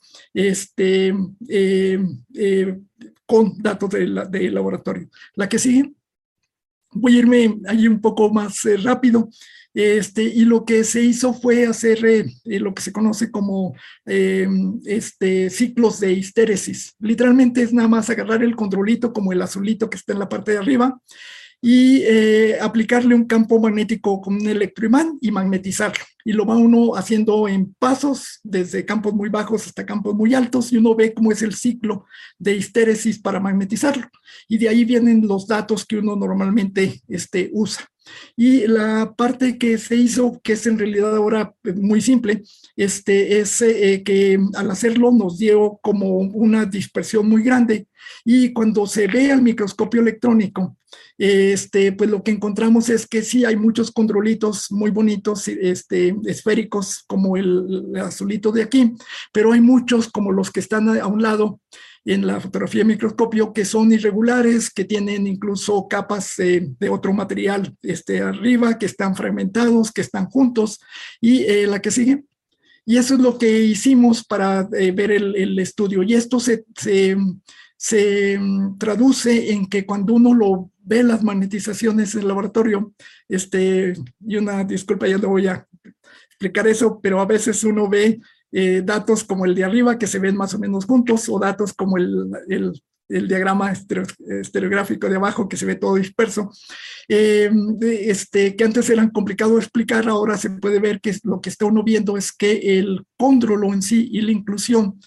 [SPEAKER 3] con datos de laboratorio. La que sigue. Voy a irme allí un poco más rápido. Y lo que se hizo fue hacer lo que se conoce como ciclos de histéresis. Literalmente es nada más agarrar el controlito como el azulito que está en la parte de arriba y aplicarle un campo magnético con un electroimán y magnetizarlo. Y lo va uno haciendo en pasos, desde campos muy bajos hasta campos muy altos, y uno ve cómo es el ciclo de histéresis para magnetizarlo. Y de ahí vienen los datos que uno normalmente usa. Y la parte que se hizo, que es en realidad ahora muy simple, es que al hacerlo nos dio como una dispersión muy grande, y cuando se ve al microscopio electrónico, pues lo que encontramos es que sí hay muchos condrolitos muy bonitos, esféricos, como el azulito de aquí, pero hay muchos como los que están a un lado en la fotografía de microscopio, que son irregulares, que tienen incluso capas de otro material arriba, que están fragmentados, que están juntos. Y la que sigue. Y eso es lo que hicimos para ver el estudio. Y esto se traduce en que cuando uno lo ve las magnetizaciones en el laboratorio, y una disculpa, ya no voy a explicar eso, pero a veces uno ve datos como el de arriba, que se ven más o menos juntos, o datos como el diagrama estereográfico de abajo, que se ve todo disperso, que antes eran complicados de explicar. Ahora se puede ver que lo que está uno viendo es que el cóndrulo en sí y la inclusión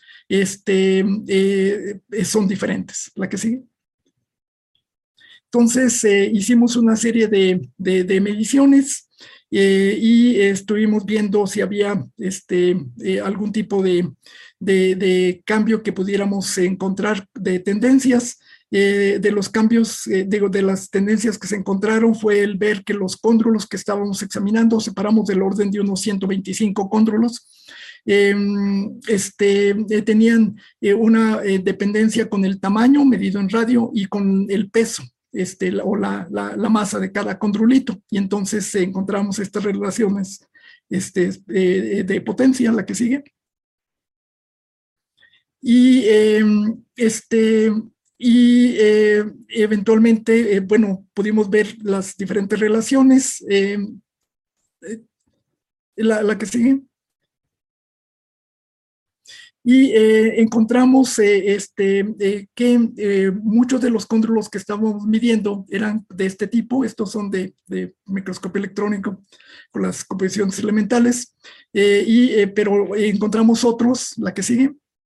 [SPEAKER 3] son diferentes. La que sigue. Entonces hicimos una serie de mediciones y estuvimos viendo si había algún tipo de cambio que pudiéramos encontrar de tendencias. De los cambios, de las tendencias que se encontraron fue el ver que los cóndrulos que estábamos examinando, separamos del orden de unos 125 cóndrulos, tenían una dependencia con el tamaño medido en radio y con el peso. O la masa de cada condrolito, y entonces encontramos estas relaciones de potencia, la que sigue. Y, eventualmente, bueno, pudimos ver las diferentes relaciones. La que sigue. Y encontramos que muchos de los cóndrulos que estábamos midiendo eran de este tipo. Estos son de microscopio electrónico con las composiciones elementales, pero encontramos otros, la que sigue,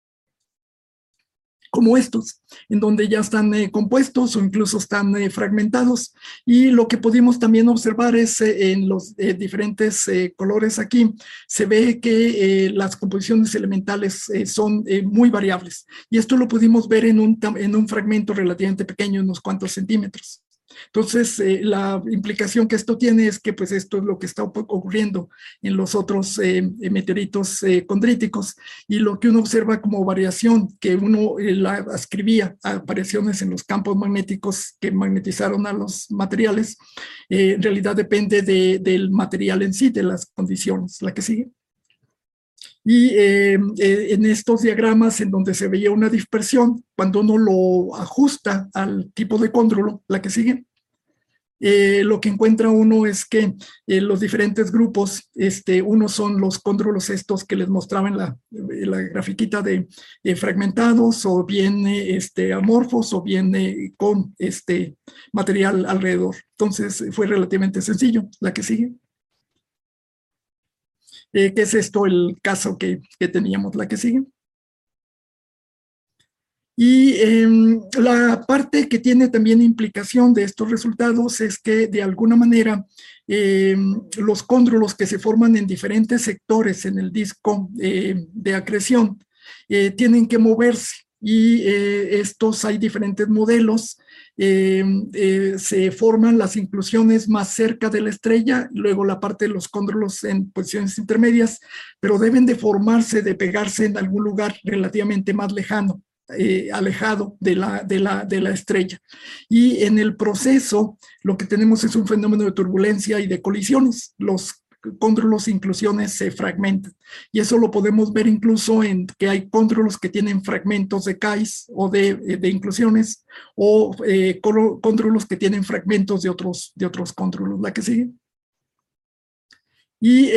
[SPEAKER 3] como estos, en donde ya están compuestos o incluso están fragmentados. Y lo que pudimos también observar es en los diferentes colores aquí, se ve que las composiciones elementales son muy variables. Y esto lo pudimos ver en un fragmento relativamente pequeño, unos cuantos centímetros. Entonces, la implicación que esto tiene es que pues esto es lo que está ocurriendo en los otros meteoritos condríticos, y lo que uno observa como variación, que uno la ascribía a variaciones en los campos magnéticos que magnetizaron a los materiales, en realidad depende del material en sí, de las condiciones. La que sigue. Y en estos diagramas en donde se veía una dispersión, cuando uno lo ajusta al tipo de cóndrulo, la que sigue, lo que encuentra uno es que los diferentes grupos, unos son los cóndrulos estos que les mostraba en la grafiquita de fragmentados, o bien amorfos, o bien con material alrededor. Entonces fue relativamente sencillo. La que sigue. ¿Qué es esto? El caso que teníamos. La que sigue. Y la parte que tiene también implicación de estos resultados es que de alguna manera los cóndrulos que se forman en diferentes sectores en el disco de acreción tienen que moverse, y estos hay diferentes modelos. Se forman las inclusiones más cerca de la estrella, luego la parte de los cóndrulos en posiciones intermedias, pero deben de formarse, de pegarse en algún lugar relativamente más lejano, alejado de la estrella. Y en el proceso lo que tenemos es un fenómeno de turbulencia y de colisiones. Los cóndrulos inclusiones se fragmentan, y eso lo podemos ver incluso en que hay cóndrulos que tienen fragmentos de CAIs o de inclusiones, o cóndrulos que tienen fragmentos de otros cóndrulos. La que sigue. Y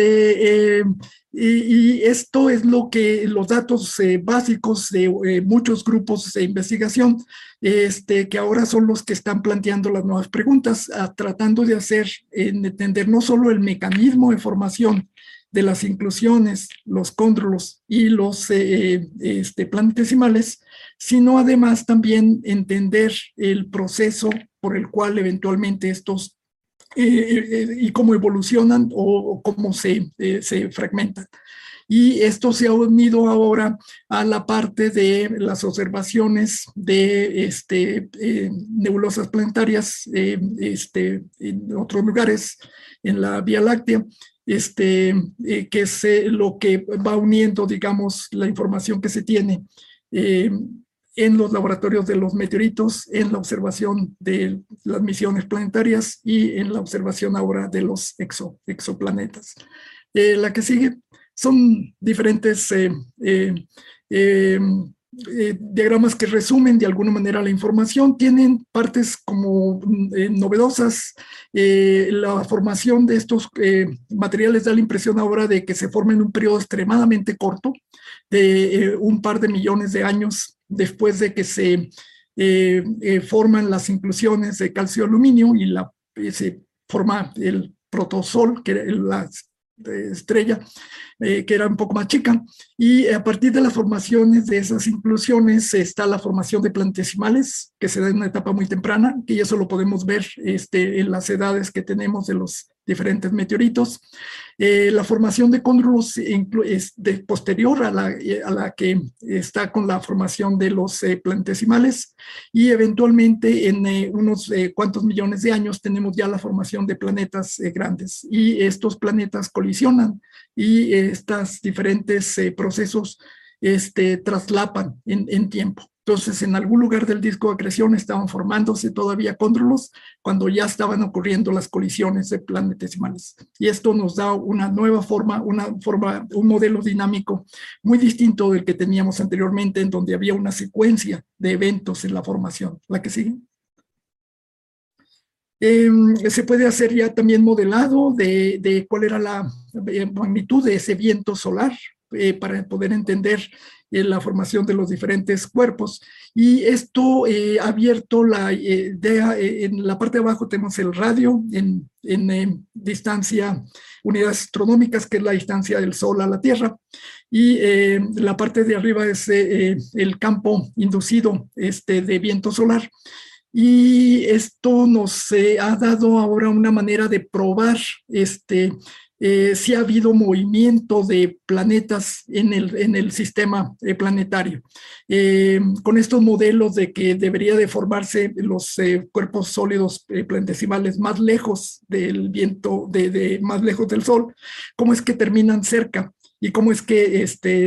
[SPEAKER 3] esto es lo que los datos básicos de muchos grupos de investigación, que ahora son los que están planteando las nuevas preguntas, tratando de entender no solo el mecanismo de formación de las inclusiones, los cóndrulos y los planetesimales, sino además también entender el proceso por el cual eventualmente estos y cómo evolucionan o cómo se fragmentan. Y esto se ha unido ahora a la parte de las observaciones de nebulosas planetarias en otros lugares en la Vía Láctea, que es lo que va uniendo, digamos, la información que se tiene en los laboratorios de los meteoritos, en la observación de las misiones planetarias y en la observación ahora de los exoplanetas. La que sigue son diferentes diagramas que resumen de alguna manera la información. Tienen partes como novedosas. La formación de estos materiales da la impresión ahora de que se forma en un periodo extremadamente corto, de un par de millones de años después de que se forman las inclusiones de calcio-aluminio, y se forma el protosol, que era la estrella, que era un poco más chica, y a partir de las formaciones de esas inclusiones está la formación de planetesimales, que se da en una etapa muy temprana, que eso lo podemos ver en las edades que tenemos de los diferentes meteoritos. La formación de cóndrulos es posterior a la que está con la formación de los planetesimales, y eventualmente en unos cuantos millones de años tenemos ya la formación de planetas grandes, y estos planetas colisionan y estos diferentes procesos traslapan en tiempo. Entonces, en algún lugar del disco de acreción estaban formándose todavía cóndrulos cuando ya estaban ocurriendo las colisiones de planetesimales. Y esto nos da una nueva forma, un modelo dinámico muy distinto del que teníamos anteriormente, en donde había una secuencia de eventos en la formación. ¿La que sigue? Se puede hacer ya también modelado de cuál era la magnitud de ese viento solar para poder entender la formación de los diferentes cuerpos. Y esto ha abierto la idea, en la parte de abajo tenemos el radio en distancia, unidades astronómicas, que es la distancia del Sol a la Tierra, y la parte de arriba es el campo inducido de viento solar. Y esto nos ha dado ahora una manera de probar si ha habido movimiento de planetas en el sistema planetario. Con estos modelos de que debería de formarse los cuerpos sólidos planetesimales más lejos del viento, más lejos del Sol, cómo es que terminan cerca y cómo es que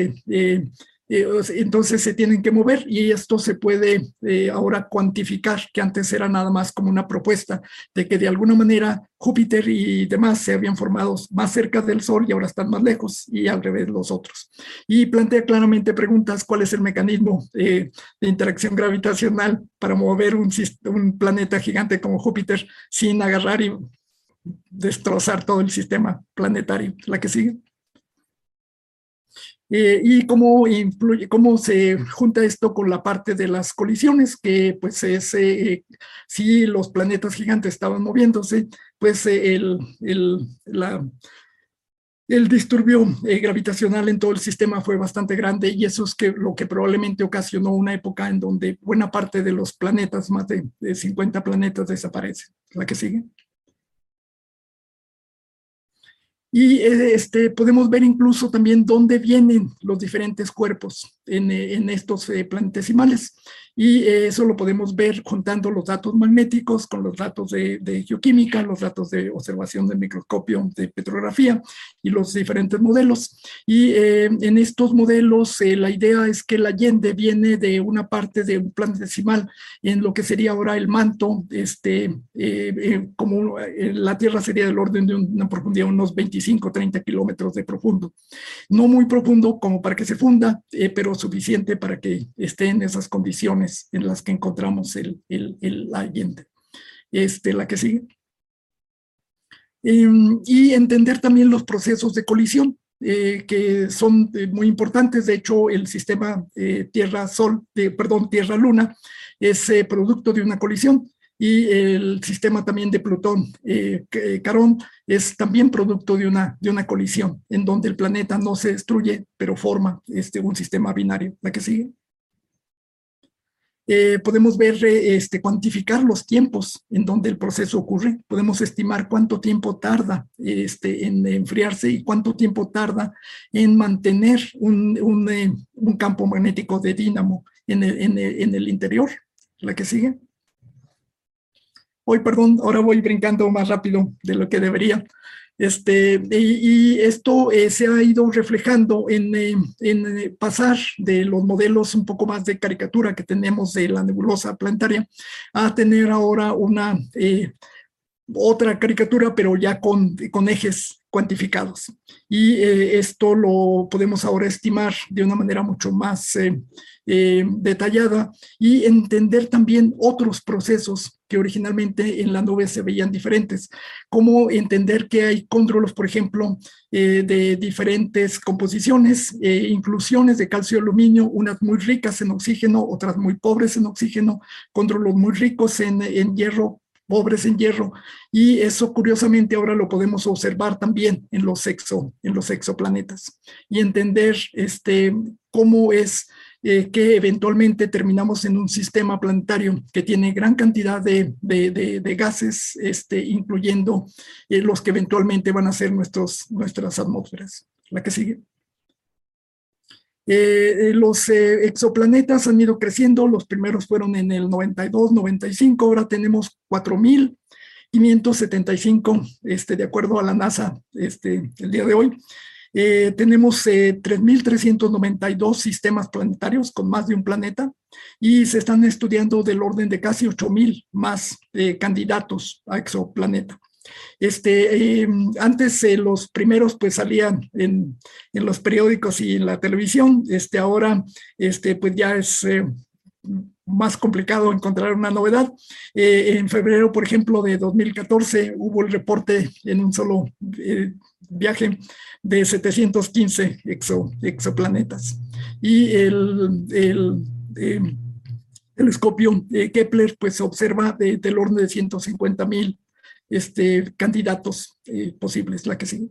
[SPEAKER 3] entonces se tienen que mover, y esto se puede ahora cuantificar, que antes era nada más como una propuesta de que de alguna manera Júpiter y demás se habían formado más cerca del Sol y ahora están más lejos, y al revés los otros. Y plantea claramente preguntas: ¿cuál es el mecanismo de interacción gravitacional para mover un planeta gigante como Júpiter sin agarrar y destrozar todo el sistema planetario? La que sigue. Y cómo se junta esto con la parte de las colisiones, que pues es, si los planetas gigantes estaban moviéndose, pues el disturbio gravitacional en todo el sistema fue bastante grande, y eso es lo que probablemente ocasionó una época en donde buena parte de los planetas, más de 50 planetas, desaparecen. La que sigue. Y podemos ver incluso también dónde vienen los diferentes cuerpos en estos planetesimales. Y eso lo podemos ver juntando los datos magnéticos con los datos de geoquímica, los datos de observación del microscopio de petrografía y los diferentes modelos. Y en estos modelos la idea es que el Allende viene de una parte de un planetesimal en lo que sería ahora el manto, como la Tierra sería del orden de una profundidad de unos 25, 30 kilómetros de profundo. No muy profundo como para que se funda, pero suficiente para que esté en esas condiciones en las que encontramos el Allende. La que sigue. Y entender también los procesos de colisión, que son muy importantes. De hecho, el sistema Tierra-Luna es producto de una colisión, y el sistema también de Plutón, Carón, es también producto de una colisión, en donde el planeta no se destruye, pero forma un sistema binario. La que sigue. Podemos ver, cuantificar los tiempos en donde el proceso ocurre. Podemos estimar cuánto tiempo tarda en enfriarse y cuánto tiempo tarda en mantener un campo magnético de dínamo en el interior. La que sigue. Ahora voy brincando más rápido de lo que debería. Y esto se ha ido reflejando en pasar de los modelos un poco más de caricatura que tenemos de la nebulosa planetaria a tener ahora otra caricatura, pero ya con ejes cuantificados. Y esto lo podemos ahora estimar de una manera mucho más detallada, y entender también otros procesos que originalmente en la nube se veían diferentes, como entender que hay cóndrulos, por ejemplo, de diferentes composiciones, inclusiones de calcio y aluminio, unas muy ricas en oxígeno, otras muy pobres en oxígeno, cóndrulos muy ricos en hierro, pobres en hierro, y eso curiosamente ahora lo podemos observar también en los exoplanetas, y entender cómo es que eventualmente terminamos en un sistema planetario que tiene gran cantidad de gases, incluyendo los que eventualmente van a ser nuestras atmósferas. La que sigue. Los exoplanetas han ido creciendo, los primeros fueron en el 92, 95, ahora tenemos 4.575, de acuerdo a la NASA, el día de hoy. Tenemos 3.392 sistemas planetarios con más de un planeta y se están estudiando del orden de casi 8.000 más candidatos a exoplaneta. Antes los primeros pues salían en los periódicos y en la televisión, ahora pues ya es más complicado encontrar una novedad. En febrero, por ejemplo, de 2014 hubo el reporte en un solo viaje de 715 exoplanetas. Y el telescopio Kepler pues observa del orden de 150.000 candidatos posibles. La que sigue.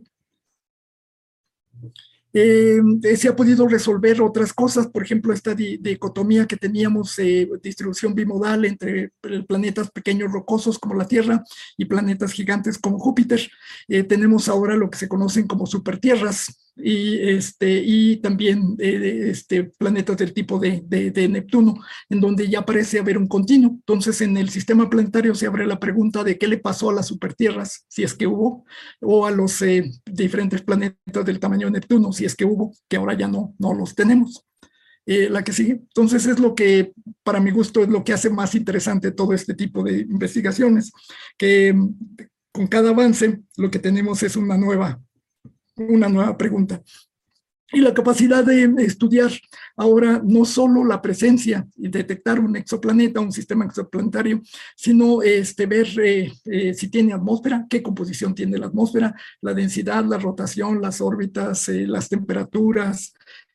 [SPEAKER 3] Se ha podido resolver otras cosas, por ejemplo, esta dicotomía que teníamos, distribución bimodal entre planetas pequeños rocosos como la Tierra y planetas gigantes como Júpiter. Tenemos ahora lo que se conocen como supertierras y también planetas del tipo de Neptuno, en donde ya parece haber un continuo. Entonces, en el sistema planetario se abre la pregunta de qué le pasó a las supertierras, si es que hubo, o a los diferentes planetas del tamaño de Neptuno, si es que hubo, que ahora ya no los tenemos. La que sigue. Entonces, es lo que, para mi gusto, es lo que hace más interesante todo este tipo de investigaciones, que con cada avance lo que tenemos es una nueva pregunta. Y la capacidad de estudiar ahora no solo la presencia y detectar un exoplaneta, un sistema exoplanetario, sino ver si tiene atmósfera, qué composición tiene la atmósfera, la densidad, la rotación, las órbitas, las temperaturas,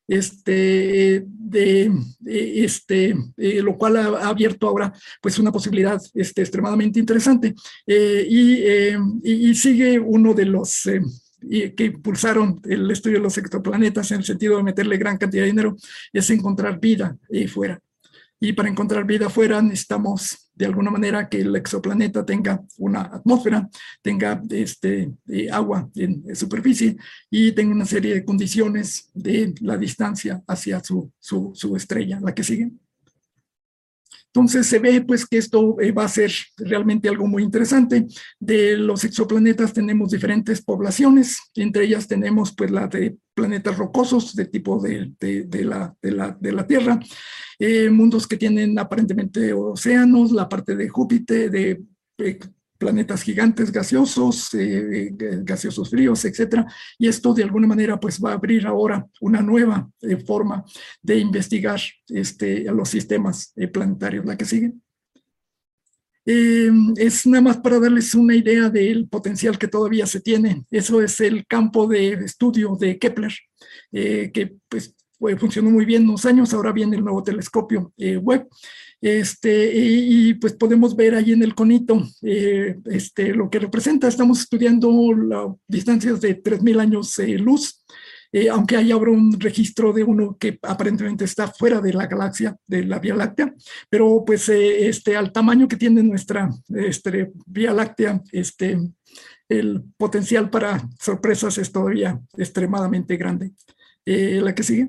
[SPEAKER 3] lo cual ha abierto ahora pues una posibilidad extremadamente interesante. Y sigue uno de los que impulsaron el estudio de los exoplanetas en el sentido de meterle gran cantidad de dinero, es encontrar vida fuera. Y para encontrar vida fuera necesitamos de alguna manera que el exoplaneta tenga una atmósfera, tenga agua en superficie y tenga una serie de condiciones de la distancia hacia su estrella. La que sigue. Entonces se ve pues que esto va a ser realmente algo muy interesante. De los exoplanetas tenemos diferentes poblaciones, entre ellas tenemos pues la de planetas rocosos de tipo de la Tierra, mundos que tienen aparentemente océanos, la parte de Júpiter, de planetas gigantes gaseosos, gaseosos fríos, etcétera. Y esto de alguna manera pues va a abrir ahora una nueva forma de investigar los sistemas planetarios. La que sigue. Es nada más para darles una idea del potencial que todavía se tiene. Eso es el campo de estudio de Kepler, que pues funcionó muy bien unos años, ahora viene el nuevo telescopio Webb. Y pues podemos ver ahí en el conito lo que representa. Estamos estudiando las distancias de 3.000 años luz, aunque ahí habrá un registro de uno que aparentemente está fuera de la galaxia, de la Vía Láctea, pero pues al tamaño que tiene nuestra Vía Láctea, el potencial para sorpresas es todavía extremadamente grande. La que sigue.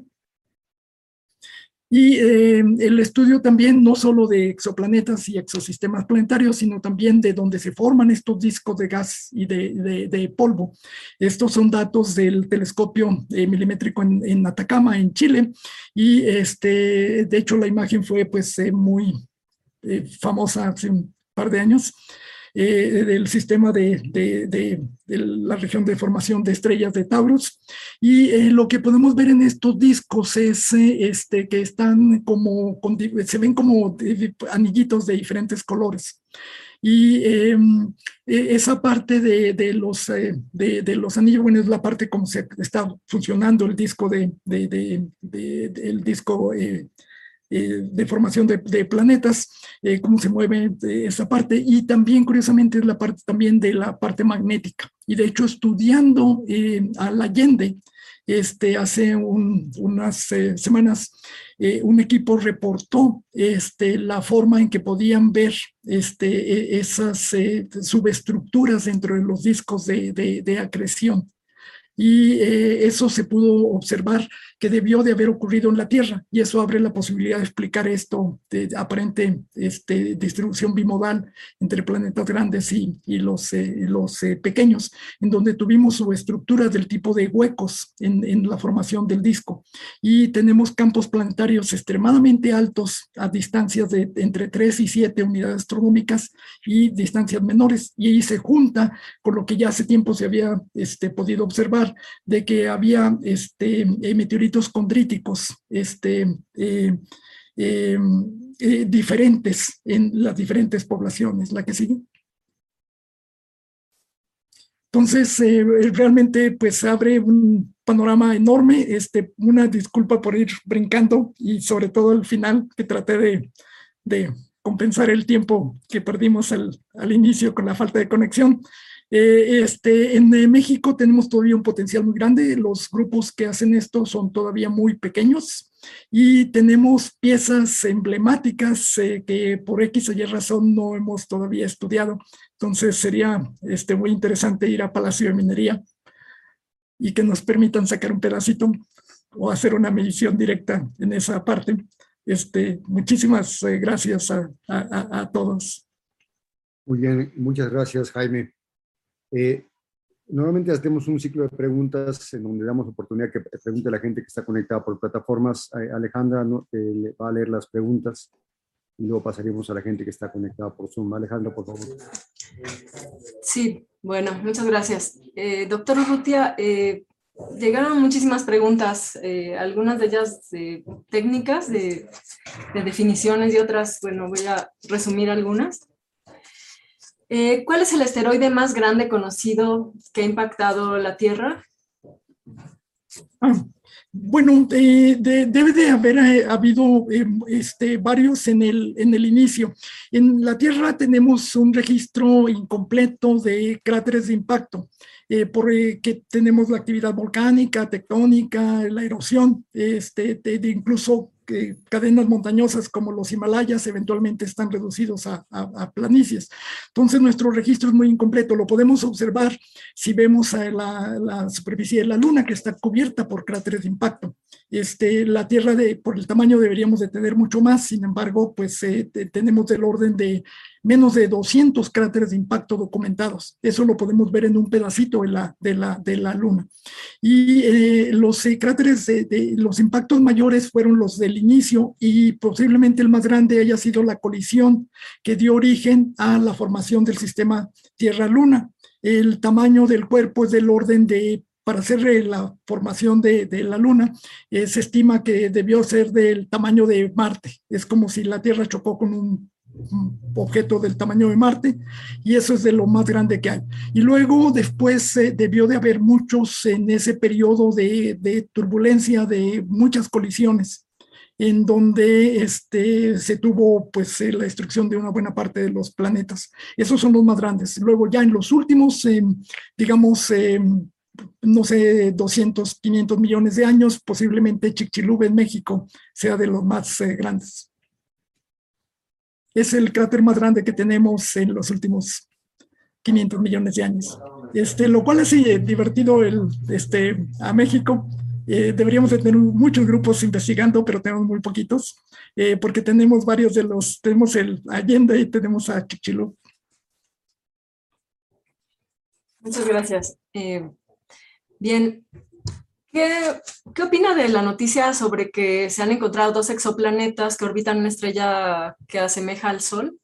[SPEAKER 3] Y el estudio también no solo de exoplanetas y exosistemas planetarios, sino también de donde se forman estos discos de gas y de polvo. Estos son datos del telescopio milimétrico en Atacama, en Chile, y de hecho la imagen fue pues muy famosa hace un par de años. Del sistema de la región de formación de estrellas de Taurus. Y lo que podemos ver en estos discos es que están se ven como anillitos de diferentes colores. Y esa parte de los anillos, bueno, es la parte como se está funcionando el disco el disco de formación de planetas, cómo se mueve esa parte, y también curiosamente es la parte también de la parte magnética. Y de hecho estudiando al Allende, hace unas semanas, un equipo reportó la forma en que podían ver esas subestructuras dentro de los discos de acreción. Y eso se pudo observar que debió de haber ocurrido en la Tierra, y eso abre la posibilidad de explicar esto de aparente distribución bimodal entre planetas grandes y los pequeños, en donde tuvimos subestructuras del tipo de huecos en la formación del disco, y tenemos campos planetarios extremadamente altos a distancias de entre 3 y 7 unidades astronómicas y distancias menores, y ahí se junta con lo que ya hace tiempo se había podido observar, de que había meteoritos condríticos diferentes en las diferentes poblaciones. La que sigue. Entonces, realmente pues abre un panorama enorme. Una disculpa por ir brincando, y sobre todo al final, que traté de compensar el tiempo que perdimos al inicio con la falta de conexión. En México tenemos todavía un potencial muy grande. Los grupos que hacen esto son todavía muy pequeños, y tenemos piezas emblemáticas que por X o Y razón no hemos todavía estudiado. Entonces sería muy interesante ir a Palacio de Minería y que nos permitan sacar un pedacito o hacer una medición directa en esa parte. Muchísimas gracias a todos.
[SPEAKER 2] Muy bien, muchas gracias, Jaime. Normalmente hacemos un ciclo de preguntas en donde damos oportunidad que pregunte a la gente que está conectada por plataformas. Alejandra le va a leer las preguntas y luego pasaremos a la gente que está conectada por Zoom. Alejandra, por favor.
[SPEAKER 4] Sí, bueno, muchas gracias. Doctor Urrutia, llegaron muchísimas preguntas, algunas de ellas técnicas, de definiciones, y otras, bueno, voy a resumir algunas. ¿Cuál es el asteroide más grande conocido que ha impactado la Tierra?
[SPEAKER 3] Bueno, debe de haber habido varios en el inicio. En la Tierra tenemos un registro incompleto de cráteres de impacto, porque tenemos la actividad volcánica, tectónica, la erosión, incluso cadenas montañosas como los Himalayas eventualmente están reducidos a planicies. Entonces nuestro registro es muy incompleto. Lo podemos observar si vemos a la superficie de la Luna, que está cubierta por cráteres de impacto. La Tierra, por el tamaño, deberíamos de tener mucho más. Sin embargo, pues tenemos del orden de menos de 200 cráteres de impacto documentados. Eso lo podemos ver en un pedacito de la Luna. Y los cráteres los impactos mayores fueron los del inicio, y posiblemente el más grande haya sido la colisión que dio origen a la formación del sistema Tierra-Luna. El tamaño del cuerpo es del orden para hacer la formación de la Luna, se estima que debió ser del tamaño de Marte. Es como si la Tierra chocó con un objeto del tamaño de Marte, y eso es de lo más grande que hay. Y luego después debió de haber muchos en ese periodo de turbulencia, de muchas colisiones, en donde se tuvo pues la destrucción de una buena parte de los planetas. Esos son los más grandes. Luego ya en los últimos, digamos, no sé, 200, 500 millones de años, posiblemente Chicxulub en México sea de los más grandes. Es el cráter más grande que tenemos en los últimos 500 millones de años. Lo cual es divertido a México. Deberíamos de tener muchos grupos investigando, pero tenemos muy poquitos, porque tenemos varios tenemos el Allende y tenemos a Chicxulub.
[SPEAKER 4] Muchas gracias. Bien, ¿qué opina de la noticia sobre que se han encontrado 2 exoplanetas que orbitan una estrella que asemeja al Sol?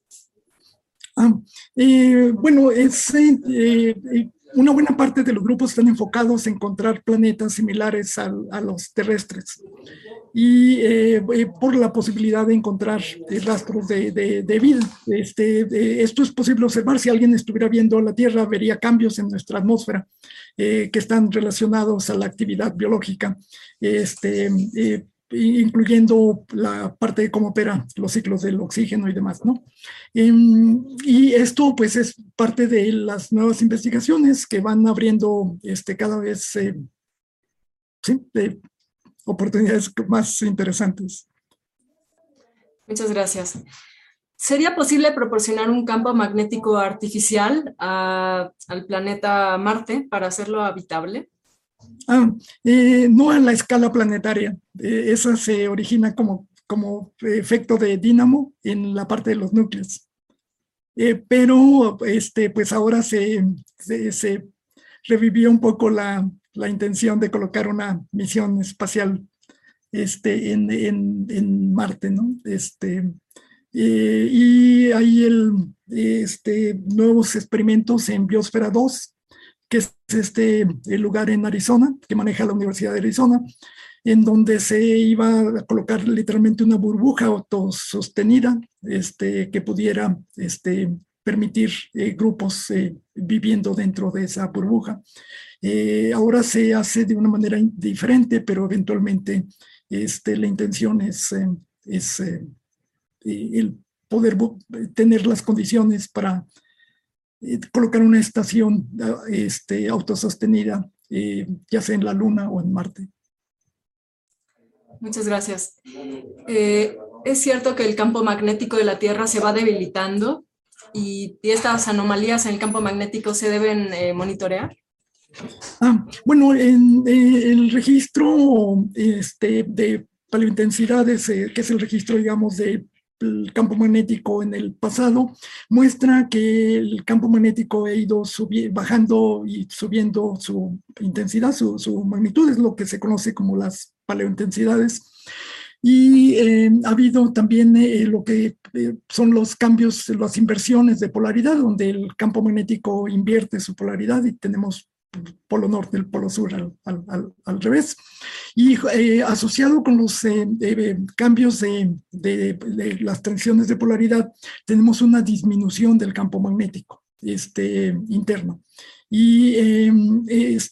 [SPEAKER 3] Bueno, una buena parte de los grupos están enfocados en encontrar planetas similares a los terrestres, y por la posibilidad de encontrar rastros de vida. Esto es posible observar. Si alguien estuviera viendo la Tierra, vería cambios en nuestra atmósfera que están relacionados a la actividad biológica. incluyendo la parte de cómo operan los ciclos del oxígeno y demás, ¿no? Y esto pues es parte de las nuevas investigaciones que van abriendo cada vez sí, oportunidades más interesantes.
[SPEAKER 4] Muchas gracias. ¿Sería posible proporcionar un campo magnético artificial al planeta Marte para hacerlo habitable?
[SPEAKER 3] No a la escala planetaria. Esa se origina como efecto de dínamo en la parte de los núcleos. Pero pues ahora se revivió un poco la intención de colocar una misión espacial en Marte, ¿no? Y hay nuevos experimentos en Biosfera 2, que es el lugar en Arizona, que maneja la Universidad de Arizona, en donde se iba a colocar literalmente una burbuja autosostenida que pudiera permitir grupos viviendo dentro de esa burbuja. Ahora se hace de una manera diferente, pero eventualmente la intención es el poder tener las condiciones para colocar una estación autosostenida, ya sea en la Luna o en Marte.
[SPEAKER 4] Muchas gracias. ¿Es cierto que el campo magnético de la Tierra se va debilitando y estas anomalías en el campo magnético se deben monitorear?
[SPEAKER 3] Bueno, en el registro de paleointensidades, que es el registro, digamos, del campo magnético en el pasado, muestra que el campo magnético ha ido bajando y subiendo su intensidad, su magnitud, es lo que se conoce como las paleointensidades. Y ha habido también lo que son los cambios, las inversiones de polaridad, donde el campo magnético invierte su polaridad y tenemos polo norte, el polo sur al revés. Y asociado con los cambios de las transiciones de polaridad, tenemos una disminución del campo magnético interno. Y en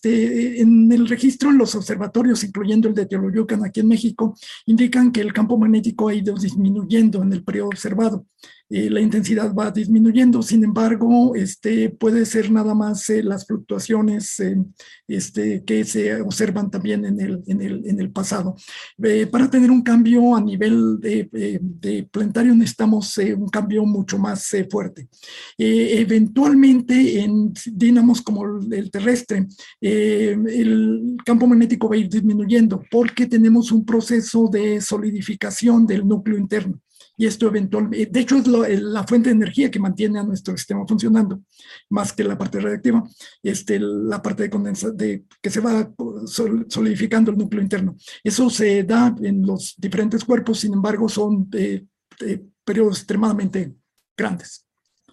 [SPEAKER 3] el registro en los observatorios, incluyendo el de Teoloyucan aquí en México, indican que el campo magnético ha ido disminuyendo en el periodo observado. La intensidad va disminuyendo, sin embargo, puede ser nada más las fluctuaciones que se observan también en el pasado. Para tener un cambio a nivel de planetario necesitamos un cambio mucho más fuerte. Eventualmente en dínamos como el terrestre, el campo magnético va a ir disminuyendo porque tenemos un proceso de solidificación del núcleo interno. Y esto eventualmente, de hecho, es la fuente de energía que mantiene a nuestro sistema funcionando, más que la parte radiactiva, la parte de condensación, que se va solidificando el núcleo interno. Eso se da en los diferentes cuerpos, sin embargo, son periodos extremadamente grandes.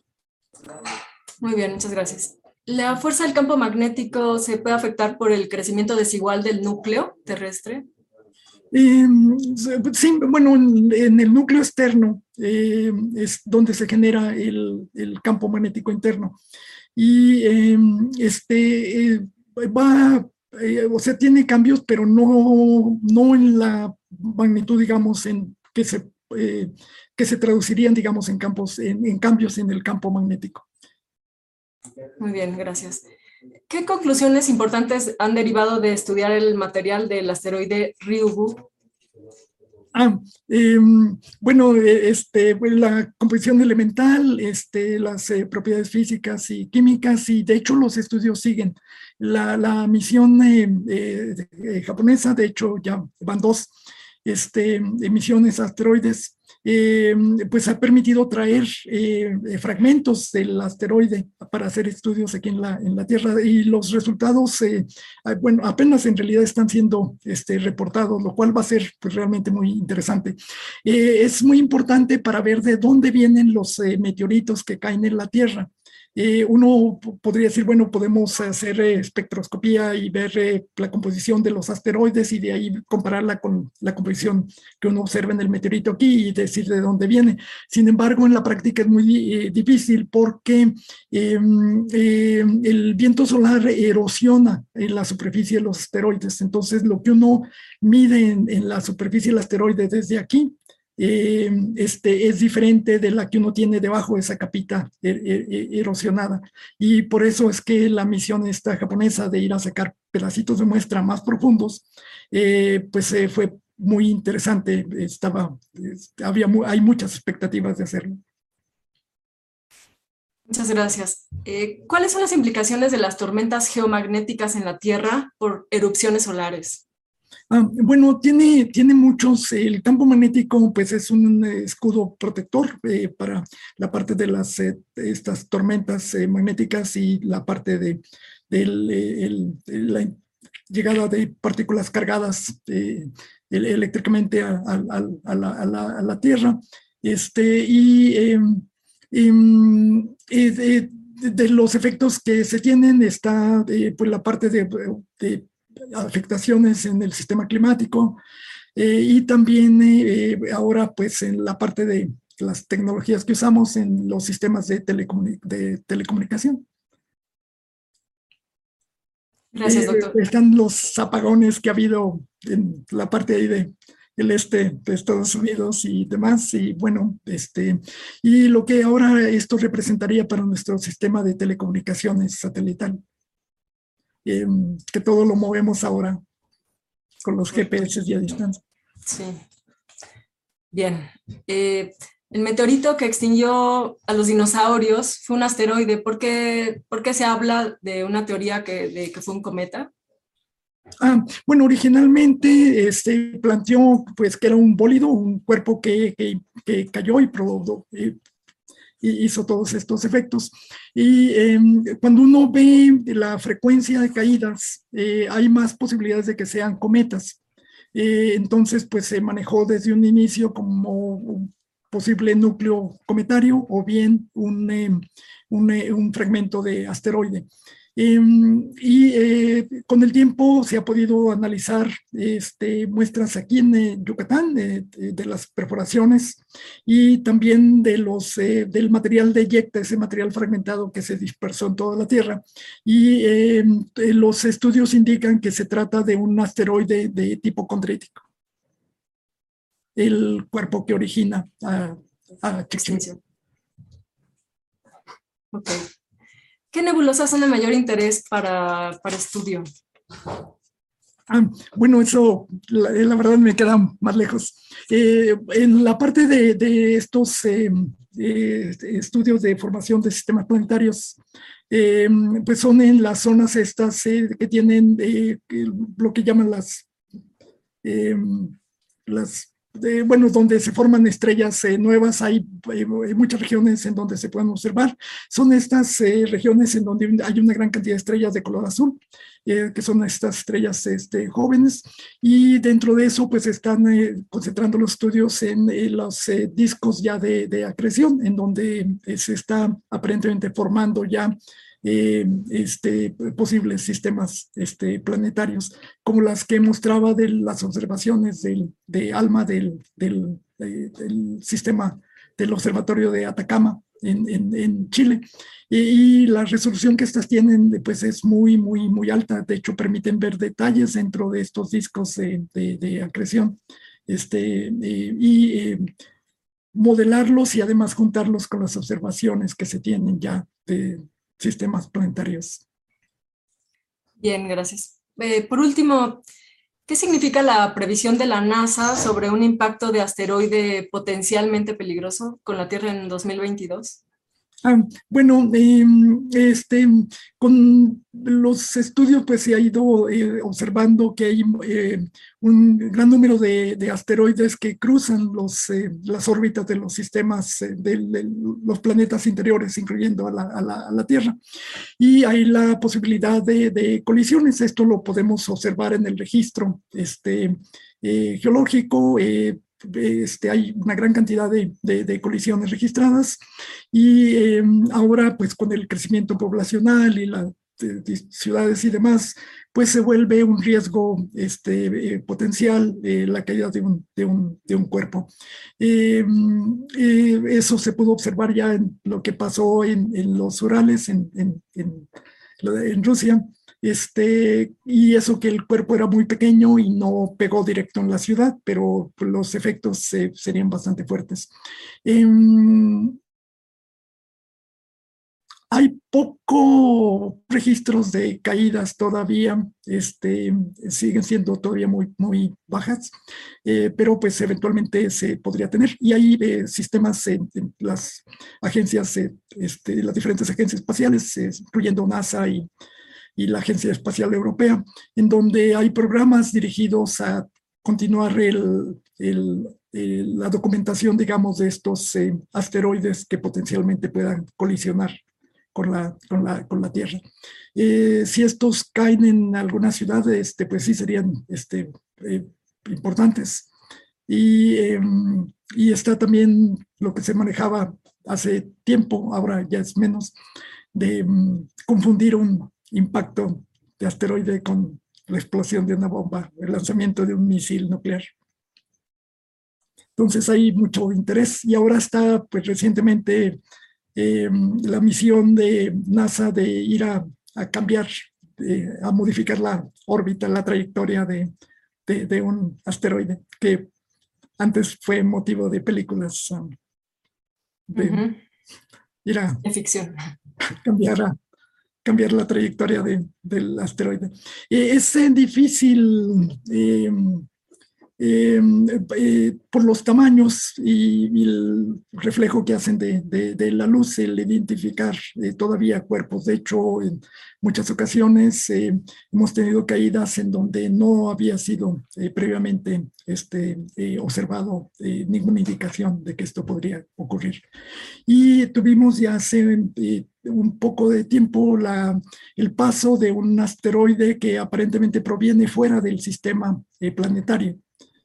[SPEAKER 4] Muy bien, muchas gracias. ¿La fuerza del campo magnético se puede afectar por el crecimiento desigual del núcleo terrestre?
[SPEAKER 3] Sí, bueno, en el núcleo externo es donde se genera el campo magnético interno. Y o sea, tiene cambios, pero no en la magnitud, digamos, que se traducirían, digamos, en cambios en el campo magnético.
[SPEAKER 4] Muy bien, gracias. ¿Qué conclusiones importantes han derivado de estudiar el material del asteroide Ryugu?
[SPEAKER 3] Bueno, la composición elemental, las propiedades físicas y químicas, y de hecho los estudios siguen. La misión japonesa, de hecho ya van 2 misiones a asteroides, pues ha permitido traer fragmentos del asteroide para hacer estudios aquí en la Tierra, y los resultados, bueno, apenas en realidad están siendo reportados, lo cual va a ser pues, realmente muy interesante. Es muy importante para ver de dónde vienen los meteoritos que caen en la Tierra. Uno podría decir, bueno, podemos hacer espectroscopía y ver la composición de los asteroides y de ahí compararla con la composición que uno observa en el meteorito aquí y decir de dónde viene. Sin embargo, en la práctica es muy difícil porque el viento solar erosiona en la superficie de los asteroides. Entonces, lo que uno mide en la superficie del asteroide desde aquí es diferente de la que uno tiene debajo de esa capita erosionada. Y por eso es que la misión esta japonesa de ir a sacar pedacitos de muestra más profundos, fue muy interesante. Hay muchas expectativas de hacerlo.
[SPEAKER 4] Muchas gracias. ¿Cuáles son las implicaciones de las tormentas geomagnéticas en la Tierra por erupciones solares?
[SPEAKER 3] Bueno, tiene muchos. El campo magnético pues es un escudo protector para la parte de estas tormentas magnéticas y la parte de la llegada de partículas cargadas eléctricamente a la Tierra. De los efectos que se tienen está pues la parte de afectaciones en el sistema climático y también ahora pues en la parte de las tecnologías que usamos en los sistemas de telecomunicación.
[SPEAKER 4] Gracias, doctor.
[SPEAKER 3] Están los apagones que ha habido en la parte ahí del este de Estados Unidos y demás, y bueno, y lo que ahora esto representaría para nuestro sistema de telecomunicaciones satelital. Que todo lo movemos ahora con los GPS y a distancia.
[SPEAKER 4] Sí. Bien. El meteorito que extinguió a los dinosaurios fue un asteroide. ¿Por qué se habla de una teoría de que fue un cometa?
[SPEAKER 3] Bueno, originalmente se planteó pues, que era un bólido, un cuerpo que cayó y hizo todos estos efectos. Y cuando uno ve la frecuencia de caídas, hay más posibilidades de que sean cometas. Entonces, pues se manejó desde un inicio como un posible núcleo cometario o bien un fragmento de asteroide. Con el tiempo se ha podido analizar muestras aquí en Yucatán de las perforaciones y también del material de eyecta, ese material fragmentado que se dispersó en toda la Tierra. Y los estudios indican que se trata de un asteroide de tipo condrítico, el cuerpo que origina a Chicxulub.
[SPEAKER 4] Ok. ¿Qué nebulosas son de mayor interés para estudio?
[SPEAKER 3] Bueno, eso la verdad me queda más lejos. En la parte de estos estudios de formación de sistemas planetarios, pues son en las zonas estas que tienen lo que llaman donde se forman estrellas nuevas. Hay muchas regiones en donde se pueden observar. Son estas regiones en donde hay una gran cantidad de estrellas de color azul, que son estas estrellas jóvenes, y dentro de eso pues están concentrando los estudios en los discos ya de acreción, en donde se está aparentemente formando ya posibles sistemas planetarios, como las que mostraba de las observaciones de ALMA del sistema del observatorio de Atacama en Chile. Y la resolución que estas tienen pues es muy, muy, muy alta. De hecho, permiten ver detalles dentro de estos discos de acreción modelarlos y además juntarlos con las observaciones que se tienen ya de sistemas planetarios.
[SPEAKER 4] Bien, gracias. Por último, ¿qué significa la previsión de la NASA sobre un impacto de asteroide potencialmente peligroso con la Tierra en 2022?
[SPEAKER 3] Bueno, con los estudios pues se ha ido observando que hay un gran número de asteroides que cruzan las órbitas de los sistemas de los planetas interiores, incluyendo a la Tierra, y hay la posibilidad de colisiones. Esto lo podemos observar en el registro geológico. hay una gran cantidad de colisiones registradas y ahora pues con el crecimiento poblacional y las ciudades y demás, pues se vuelve un riesgo potencial la caída de un cuerpo. Eso se pudo observar ya en lo que pasó en los Urales, en Rusia, y eso que el cuerpo era muy pequeño y no pegó directo en la ciudad, pero los efectos serían bastante fuertes. Hay poco registros de caídas todavía, siguen siendo todavía muy, muy bajas, pero pues eventualmente se podría tener. Y hay sistemas en las agencias, las diferentes agencias espaciales, incluyendo NASA y la Agencia Espacial Europea, en donde hay programas dirigidos a continuar la documentación, digamos, de estos asteroides que potencialmente puedan colisionar con la Tierra. Si estos caen en alguna ciudad, pues sí serían importantes. Y está también lo que se manejaba hace tiempo, ahora ya es menos, de confundir un impacto de asteroide con la explosión de una bomba, el lanzamiento de un misil nuclear. Entonces hay mucho interés y ahora está pues recientemente la misión de NASA de ir a cambiar, a modificar la órbita, la trayectoria de un asteroide que antes fue motivo de películas ir a
[SPEAKER 4] de ficción.
[SPEAKER 3] Cambiar la trayectoria del asteroide. Es difícil por los tamaños y el reflejo que hacen de la luz, el identificar todavía cuerpos. De hecho, en muchas ocasiones hemos tenido caídas en donde no había sido previamente observado ninguna indicación de que esto podría ocurrir. Y tuvimos ya hace un poco de tiempo el paso de un asteroide que aparentemente proviene fuera del sistema planetario.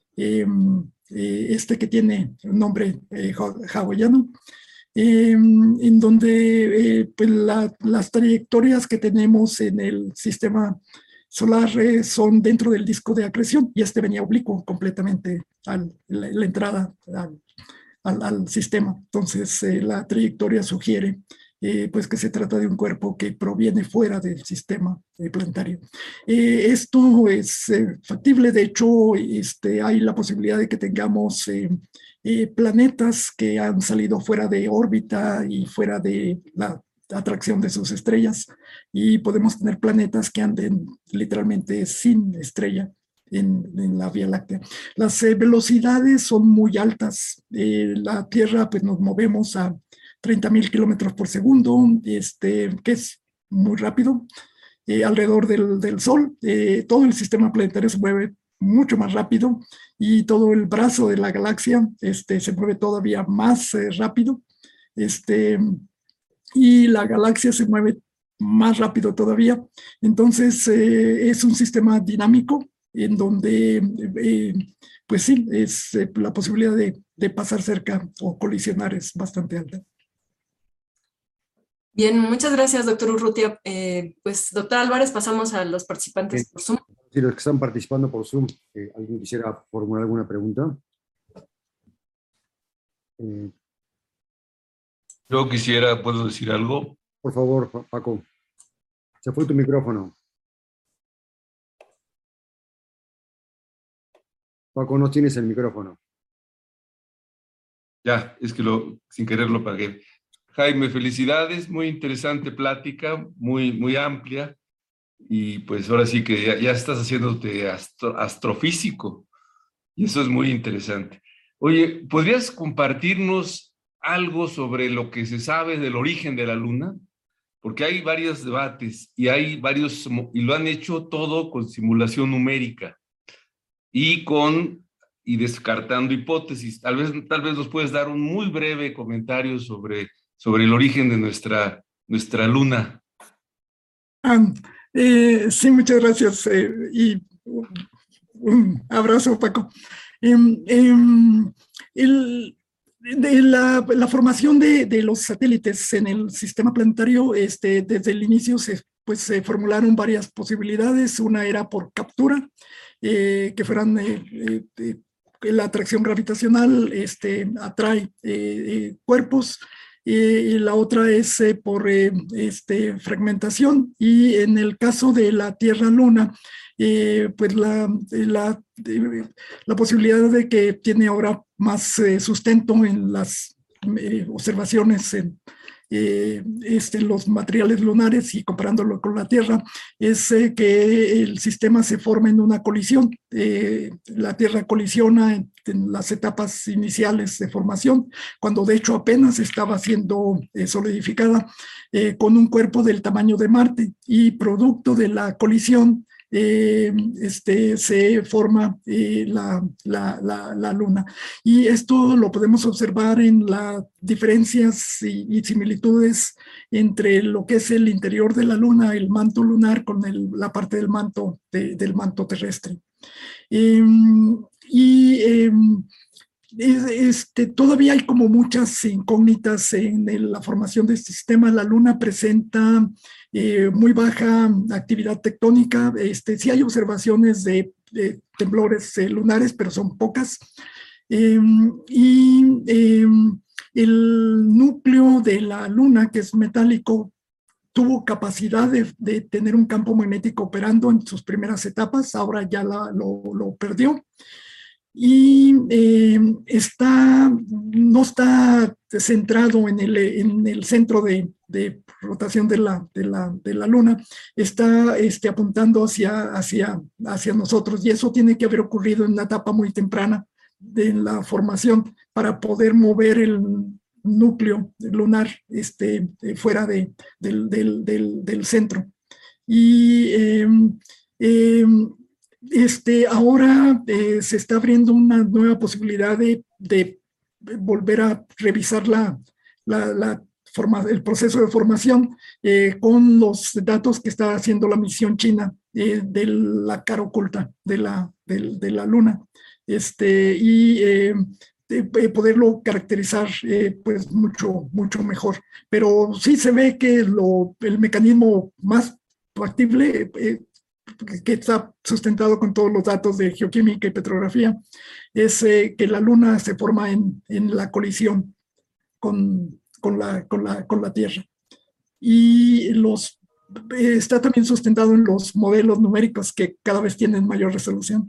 [SPEAKER 3] Que tiene un nombre hawaiano, en donde pues las trayectorias que tenemos en el sistema solar son dentro del disco de acreción y venía oblicuo completamente a la entrada al sistema. Entonces la trayectoria sugiere pues que se trata de un cuerpo que proviene fuera del sistema planetario. Esto es factible, de hecho hay la posibilidad de que tengamos planetas que han salido fuera de órbita y fuera de la atracción de sus estrellas, y podemos tener planetas que anden literalmente sin estrella en la Vía Láctea. Las velocidades son muy altas. La Tierra, pues nos movemos a 30,000 kilómetros por segundo, que es muy rápido, alrededor del Sol. Todo el sistema planetario se mueve mucho más rápido y todo el brazo de la galaxia se mueve todavía más rápido. Y la galaxia se mueve más rápido todavía. Entonces, es un sistema dinámico en donde, pues sí, la posibilidad de pasar cerca o colisionar es bastante alta.
[SPEAKER 4] Bien, muchas gracias, doctor Urrutia. Pues, doctor Álvarez, pasamos a los participantes por Zoom.
[SPEAKER 2] Sí, los que están participando por Zoom, ¿alguien quisiera formular alguna pregunta?
[SPEAKER 5] Yo quisiera, ¿puedo decir algo?
[SPEAKER 2] Por favor, Paco. Se fue tu micrófono. Paco, no tienes el micrófono.
[SPEAKER 5] Ya, es que sin querer lo apagué. Jaime, felicidades, muy interesante plática, muy, muy amplia, y pues ahora sí que ya estás haciéndote astrofísico, y eso es muy interesante. Oye, ¿podrías compartirnos algo sobre lo que se sabe del origen de la Luna? Porque hay varios debates, y lo han hecho todo con simulación numérica, y descartando hipótesis. Tal vez nos puedes dar un muy breve comentario sobre el origen de nuestra Luna.
[SPEAKER 3] Sí, muchas gracias y un abrazo, Paco. La formación de los satélites en el sistema planetario, desde el inicio se formularon varias posibilidades. Una era por captura, que fueran la atracción gravitacional atrae cuerpos, y la otra es por fragmentación. Y en el caso de la Tierra-Luna, pues la posibilidad de que tiene ahora más sustento en las observaciones en los materiales lunares y comparándolo con la Tierra, es que el sistema se forma en una colisión. La Tierra colisiona en las etapas iniciales de formación, cuando de hecho apenas estaba siendo solidificada, con un cuerpo del tamaño de Marte, y producto de la colisión se forma la Luna. Y esto lo podemos observar en las diferencias y similitudes entre lo que es el interior de la Luna, el manto lunar, con la parte del manto terrestre. Todavía hay como muchas incógnitas en la formación de este sistema. La Luna presenta muy baja actividad tectónica. Sí hay observaciones de temblores lunares, pero son pocas. El núcleo de la Luna, que es metálico, tuvo capacidad de tener un campo magnético operando en sus primeras etapas. Ahora ya lo perdió. Y no está centrado en el centro de rotación de la Luna, está apuntando hacia nosotros, y eso tiene que haber ocurrido en una etapa muy temprana de la formación para poder mover el núcleo lunar fuera del centro. Y ahora se está abriendo una nueva posibilidad de volver a revisar el proceso de formación con los datos que está haciendo la misión china de la cara oculta de la Luna, y poderlo caracterizar pues mucho mejor. Pero sí se ve que el mecanismo más factible, que está sustentado con todos los datos de geoquímica y petrografía, es que la Luna se forma en la colisión con la Tierra. Y está también sustentado en los modelos numéricos, que cada vez tienen mayor resolución.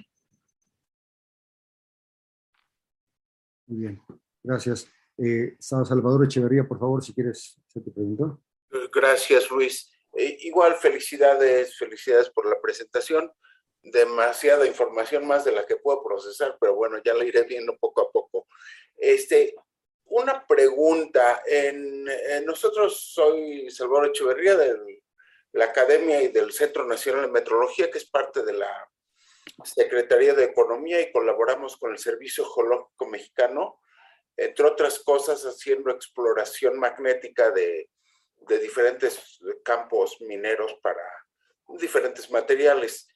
[SPEAKER 2] Muy bien, gracias. Salvador Echeverría, por favor, si quieres hacer tu pregunta.
[SPEAKER 6] Gracias, Luis. Igual, felicidades por la presentación. Demasiada información, más de la que puedo procesar, pero bueno, ya la iré viendo poco a poco. Una pregunta. Nosotros soy Salvador Echeverría, de la Academia y del Centro Nacional de Metrología, que es parte de la Secretaría de Economía, y colaboramos con el Servicio Geológico Mexicano, entre otras cosas, haciendo exploración magnética de diferentes campos mineros para diferentes materiales.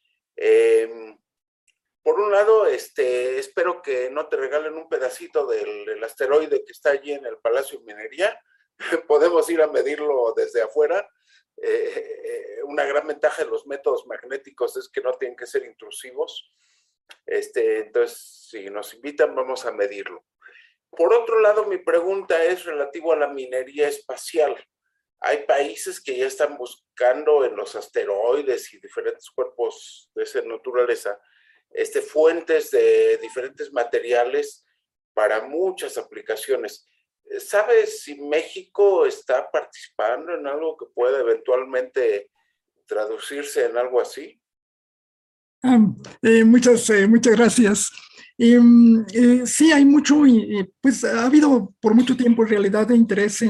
[SPEAKER 6] Por un lado, espero que no te regalen un pedacito del asteroide que está allí en el Palacio de Minería. Podemos ir a medirlo desde afuera. Una gran ventaja de los métodos magnéticos es que no tienen que ser intrusivos. Entonces, si nos invitan, vamos a medirlo. Por otro lado, mi pregunta es relativo a la minería espacial. Hay países que ya están buscando en los asteroides y diferentes cuerpos de esa naturaleza fuentes de diferentes materiales para muchas aplicaciones. ¿Sabes si México está participando en algo que pueda eventualmente traducirse en algo así?
[SPEAKER 3] Muchas gracias. Sí, hay mucho, pues ha habido por mucho tiempo en realidad de interés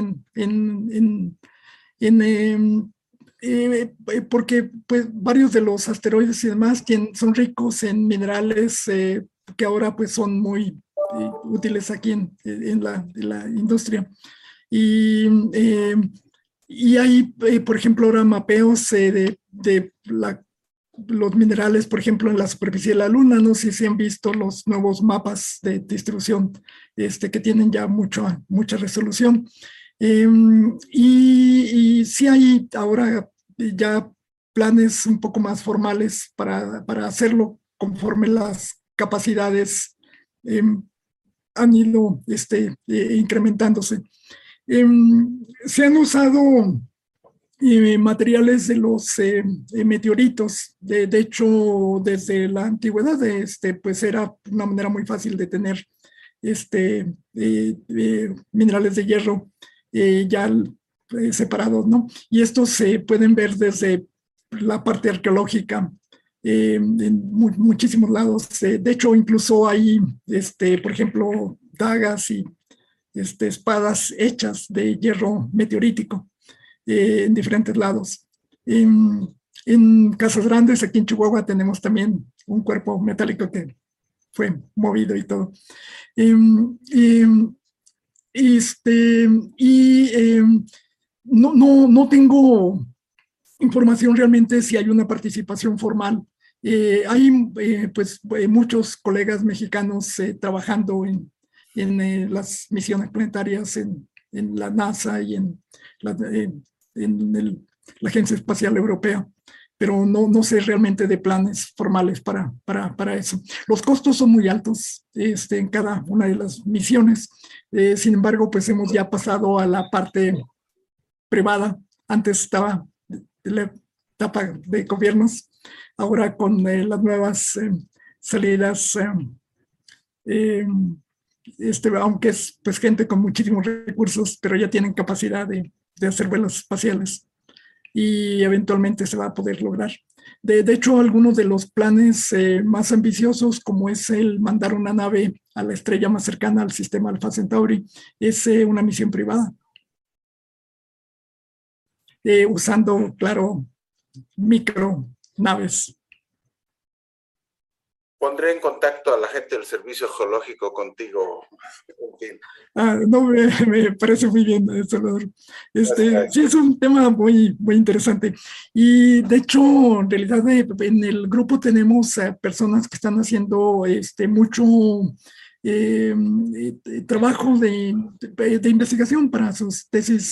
[SPEAKER 3] porque pues varios de los asteroides y demás son ricos en minerales que ahora pues son muy útiles aquí en la industria. Y hay, por ejemplo, ahora mapeos de los minerales, por ejemplo, en la superficie de la Luna. No sé si han visto los nuevos mapas de distribución que tienen ya mucha resolución. Y sí hay ahora ya planes un poco más formales para hacerlo conforme las capacidades han ido incrementándose. Se han usado materiales de los meteoritos. De hecho, desde la antigüedad, pues era una manera muy fácil de tener minerales de hierro ya separados, ¿no? Y estos se pueden ver desde la parte arqueológica en muchísimos lados. De hecho, incluso hay, por ejemplo, dagas y espadas hechas de hierro meteorítico en diferentes lados. En Casas Grandes, aquí en Chihuahua, tenemos también un cuerpo metálico que fue movido y todo. No tengo información realmente si hay una participación formal. Hay pues muchos colegas mexicanos trabajando en las misiones planetarias en la NASA y en la Agencia Espacial Europea, pero no sé realmente de planes formales para eso. Los costos son muy altos en cada una de las misiones. Sin embargo, pues hemos ya pasado a la parte privada. Antes estaba la etapa de gobiernos, ahora con las nuevas salidas, aunque es pues gente con muchísimos recursos, pero ya tienen capacidad de hacer vuelos espaciales y eventualmente se va a poder lograr. De hecho, algunos de los planes más ambiciosos, como es el mandar una nave a la estrella más cercana al sistema Alpha Centauri, es una misión privada. Usando, claro, micronaves.
[SPEAKER 6] Pondré en contacto a la gente del Servicio Geológico contigo.
[SPEAKER 3] No, me parece muy bien, Salvador. Sí, es un tema muy interesante. Y de hecho, en realidad, en el grupo tenemos personas que están haciendo mucho trabajo de investigación para sus tesis,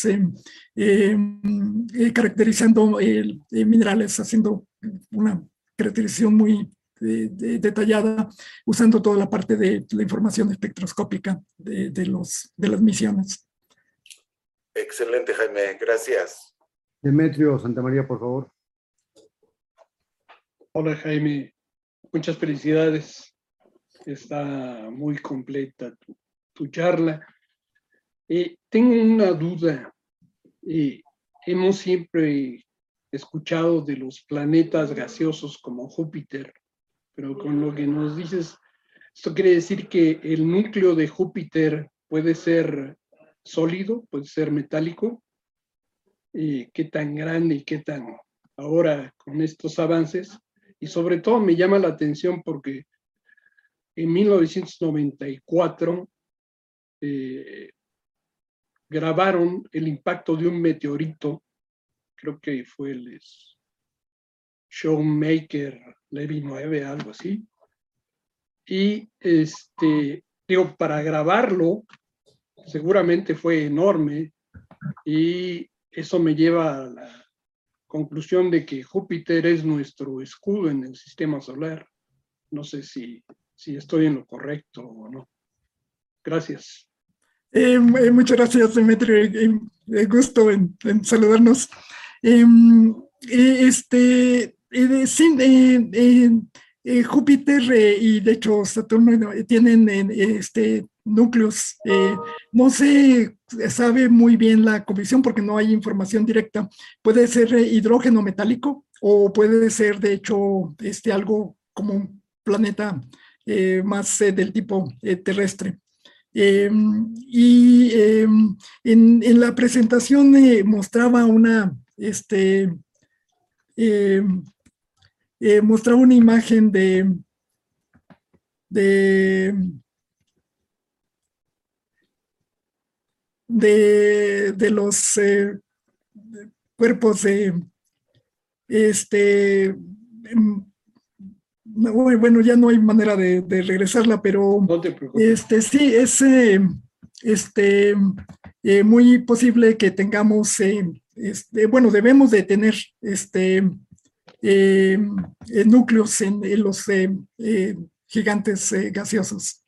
[SPEAKER 3] caracterizando minerales, haciendo una caracterización muy detallada, usando toda la parte de la información espectroscópica de las misiones.
[SPEAKER 6] Excelente, Jaime, gracias.
[SPEAKER 2] Demetrio Santamaría, por favor.
[SPEAKER 7] Hola, Jaime, muchas felicidades. Está muy completa tu charla. Tengo una duda. Hemos siempre escuchado de los planetas gaseosos como Júpiter, pero con lo que nos dices, esto quiere decir que el núcleo de Júpiter puede ser sólido, puede ser metálico. ¿Qué tan grande y qué tan ahora con estos avances? Y sobre todo me llama la atención porque en 1994 grabaron el impacto de un meteorito, creo que fue el Shoemaker Levy 9, algo así. Y para grabarlo, seguramente fue enorme, y eso me lleva a la conclusión de que Júpiter es nuestro escudo en el sistema solar. No sé si estoy en lo correcto o no. Gracias.
[SPEAKER 3] Muchas gracias, Demetrio. Gusto en saludarnos. Júpiter y de hecho Saturno tienen núcleos. No se sabe muy bien la composición porque no hay información directa. Puede ser hidrógeno metálico o puede ser de hecho algo como un planeta más del tipo terrestre. En la presentación mostraba mostraba una imagen de los cuerpos bueno, ya no hay manera de regresarla, pero
[SPEAKER 7] No te preocupes.
[SPEAKER 3] sí, es muy posible que tengamos, bueno, debemos de tener núcleos en los gigantes gaseosos.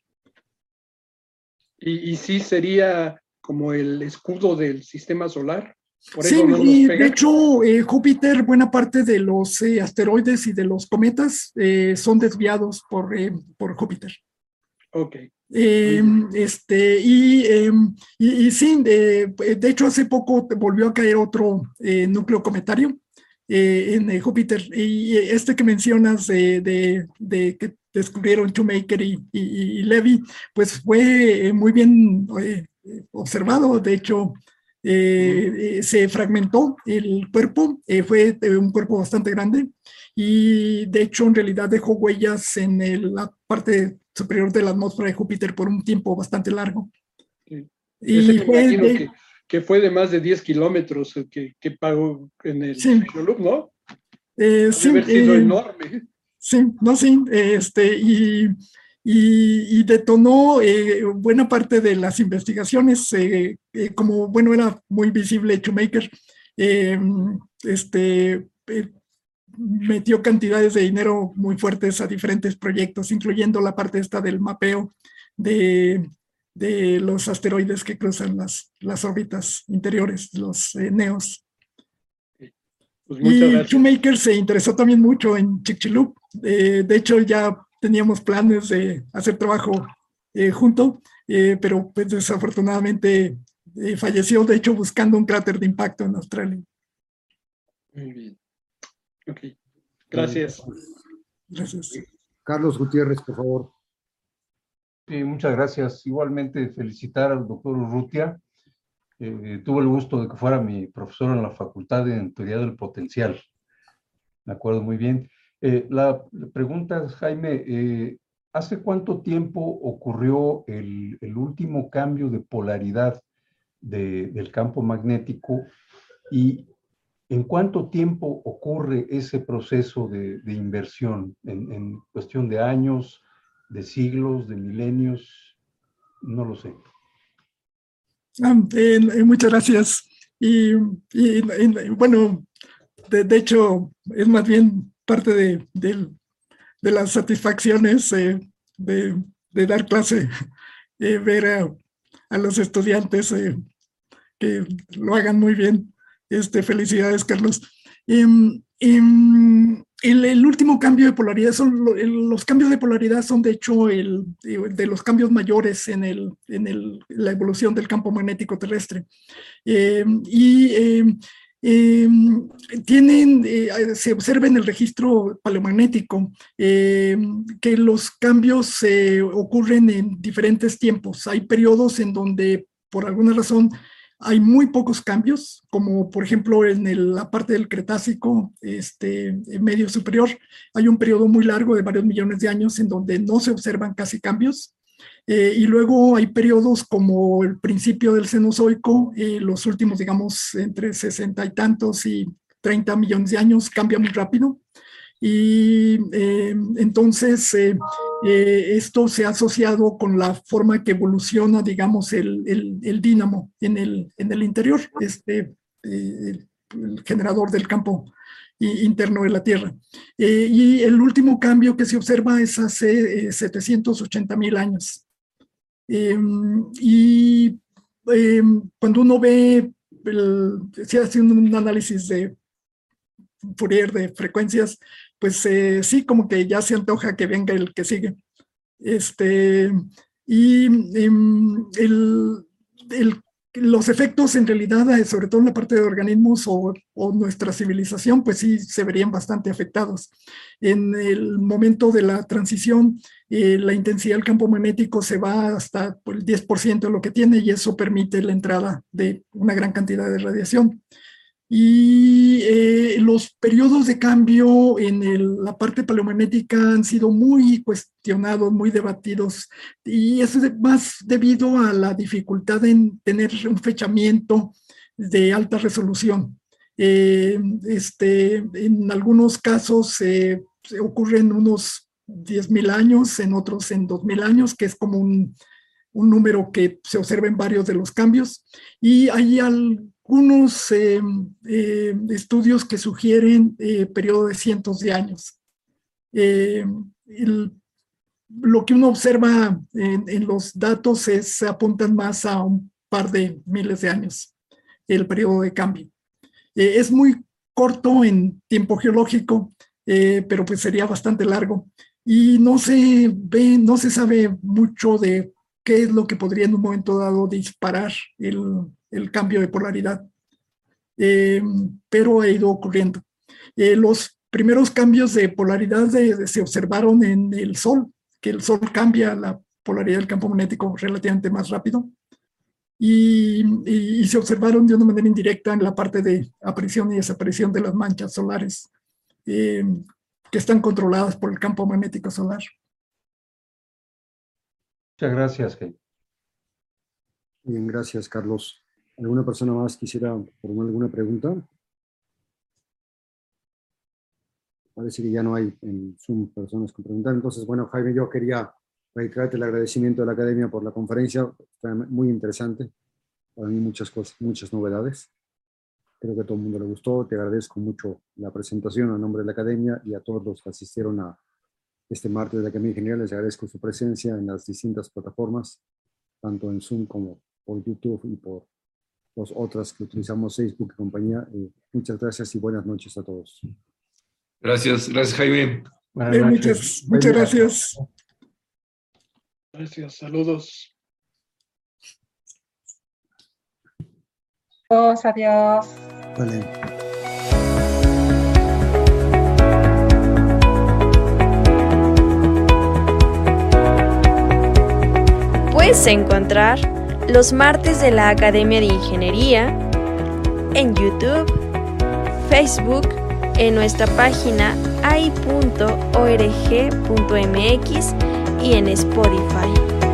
[SPEAKER 7] Y sí sería como el escudo del sistema solar. Por
[SPEAKER 3] Sí,
[SPEAKER 7] eso no nos
[SPEAKER 3] y
[SPEAKER 7] pega.
[SPEAKER 3] de hecho, Júpiter, buena parte de los asteroides y de los cometas son desviados por Júpiter.
[SPEAKER 7] Ok.
[SPEAKER 3] Y sí, de hecho, hace poco volvió a caer otro núcleo cometario en Júpiter. Y este que mencionas de que descubrieron Shoemaker y Levy, pues fue muy bien observado. De hecho, se fragmentó el cuerpo, fue un cuerpo bastante grande y de hecho en realidad dejó huellas en la parte superior de la atmósfera de Júpiter por un tiempo bastante largo.
[SPEAKER 7] Sí.
[SPEAKER 3] Y
[SPEAKER 7] Ese me
[SPEAKER 3] fue
[SPEAKER 7] imagino que fue de más de 10 kilómetros que pagó en el
[SPEAKER 3] sí.
[SPEAKER 7] Chicxulub, ¿no?
[SPEAKER 3] Sí,
[SPEAKER 7] haber sido enorme.
[SPEAKER 3] Sí, no, sí, y detonó buena parte de las investigaciones, como, bueno, era muy visible Shoemaker, metió cantidades de dinero muy fuertes a diferentes proyectos, incluyendo la parte esta del mapeo de los asteroides que cruzan las órbitas interiores, los NEOs.
[SPEAKER 7] Pues muchas
[SPEAKER 3] Y
[SPEAKER 7] gracias.
[SPEAKER 3] Shoemaker se interesó también mucho en Chicxulub. De hecho, ya teníamos planes de hacer trabajo junto, pero pues desafortunadamente falleció, de hecho, buscando un cráter de impacto en Australia.
[SPEAKER 7] Muy bien. Ok. Gracias.
[SPEAKER 3] Gracias.
[SPEAKER 2] Carlos Gutiérrez, por favor.
[SPEAKER 8] Sí, muchas gracias. Igualmente felicitar al doctor Urrutia. Tuve el gusto de que fuera mi profesor en la Facultad de Teoría del Potencial. Me acuerdo muy bien. La pregunta es, Jaime, ¿hace cuánto tiempo ocurrió el último cambio de polaridad del campo magnético y en cuánto tiempo ocurre ese proceso de inversión? ¿En cuestión de años, de siglos, de milenios? No lo sé.
[SPEAKER 3] Muchas gracias. Y bueno, de hecho, es más bien parte de las satisfacciones de dar clase, ver a los estudiantes que lo hagan muy bien. Felicidades, Carlos. El último cambio de polaridad los cambios de polaridad son de hecho de los cambios mayores en la evolución del campo magnético terrestre. Se observa en el registro paleomagnético que los cambios ocurren en diferentes tiempos. Hay periodos en donde por alguna razón hay muy pocos cambios, como por ejemplo en la parte del Cretácico medio superior. Hay un periodo muy largo de varios millones de años en donde no se observan casi cambios. Y luego hay periodos como el principio del Cenozoico, los últimos, digamos, entre 60 y tantos y 30 millones de años, cambia muy rápido. Y entonces esto se ha asociado con la forma que evoluciona, digamos, el dínamo en el interior, el generador del campo interno de la Tierra. Y el último cambio que se observa es hace 780,000 años. Cuando uno ve, se hace un análisis de Fourier de frecuencias, pues sí, como que ya se antoja que venga el que sigue. Los efectos en realidad, sobre todo en la parte de organismos o nuestra civilización, pues sí se verían bastante afectados. En el momento de la transición, la intensidad del campo magnético se va hasta el 10% de lo que tiene y eso permite la entrada de una gran cantidad de radiación. Y los periodos de cambio en la parte paleomagnética han sido muy cuestionados, muy debatidos, y eso es más debido a la dificultad en tener un fechamiento de alta resolución. En algunos casos se ocurre en unos 10.000 años, en otros en 2.000 años, que es como un número que se observa en varios de los cambios. Y hay algunos estudios que sugieren periodo de cientos de años. Lo que uno observa en los datos apuntan más a un par de miles de años, el periodo de cambio. Es muy corto en tiempo geológico, pero pues sería bastante largo. Y no se sabe mucho de qué es lo que podría en un momento dado disparar el cambio de polaridad. Pero ha ido ocurriendo. Los primeros cambios de polaridad se observaron en el Sol, que el Sol cambia la polaridad del campo magnético relativamente más rápido. Y se observaron de una manera indirecta en la parte de aparición y desaparición de las manchas solares, que están controladas por el campo magnético solar.
[SPEAKER 8] Muchas gracias, Jaime.
[SPEAKER 2] Bien, gracias, Carlos. ¿Alguna persona más quisiera formular alguna pregunta? Parece que ya no hay en Zoom personas con preguntar. Entonces, bueno, Jaime, yo quería reiterarte el agradecimiento de la Academia por la conferencia. Fue muy interesante. Para mí muchas cosas, muchas novedades. Creo que a todo el mundo le gustó. Te agradezco mucho la presentación a nombre de la Academia y a todos los que asistieron a este martes de la Academia Ingeniería. Les agradezco su presencia en las distintas plataformas, tanto en Zoom como por YouTube y por las otras que utilizamos, Facebook y compañía. Muchas gracias y buenas noches a todos.
[SPEAKER 5] Gracias, Jaime.
[SPEAKER 3] Muchas gracias.
[SPEAKER 7] Gracias, saludos.
[SPEAKER 9] Adiós.
[SPEAKER 2] Vale.
[SPEAKER 1] Puedes encontrar los martes de la Academia de Ingeniería en YouTube, Facebook, en nuestra página ai.org.mx y en Spotify.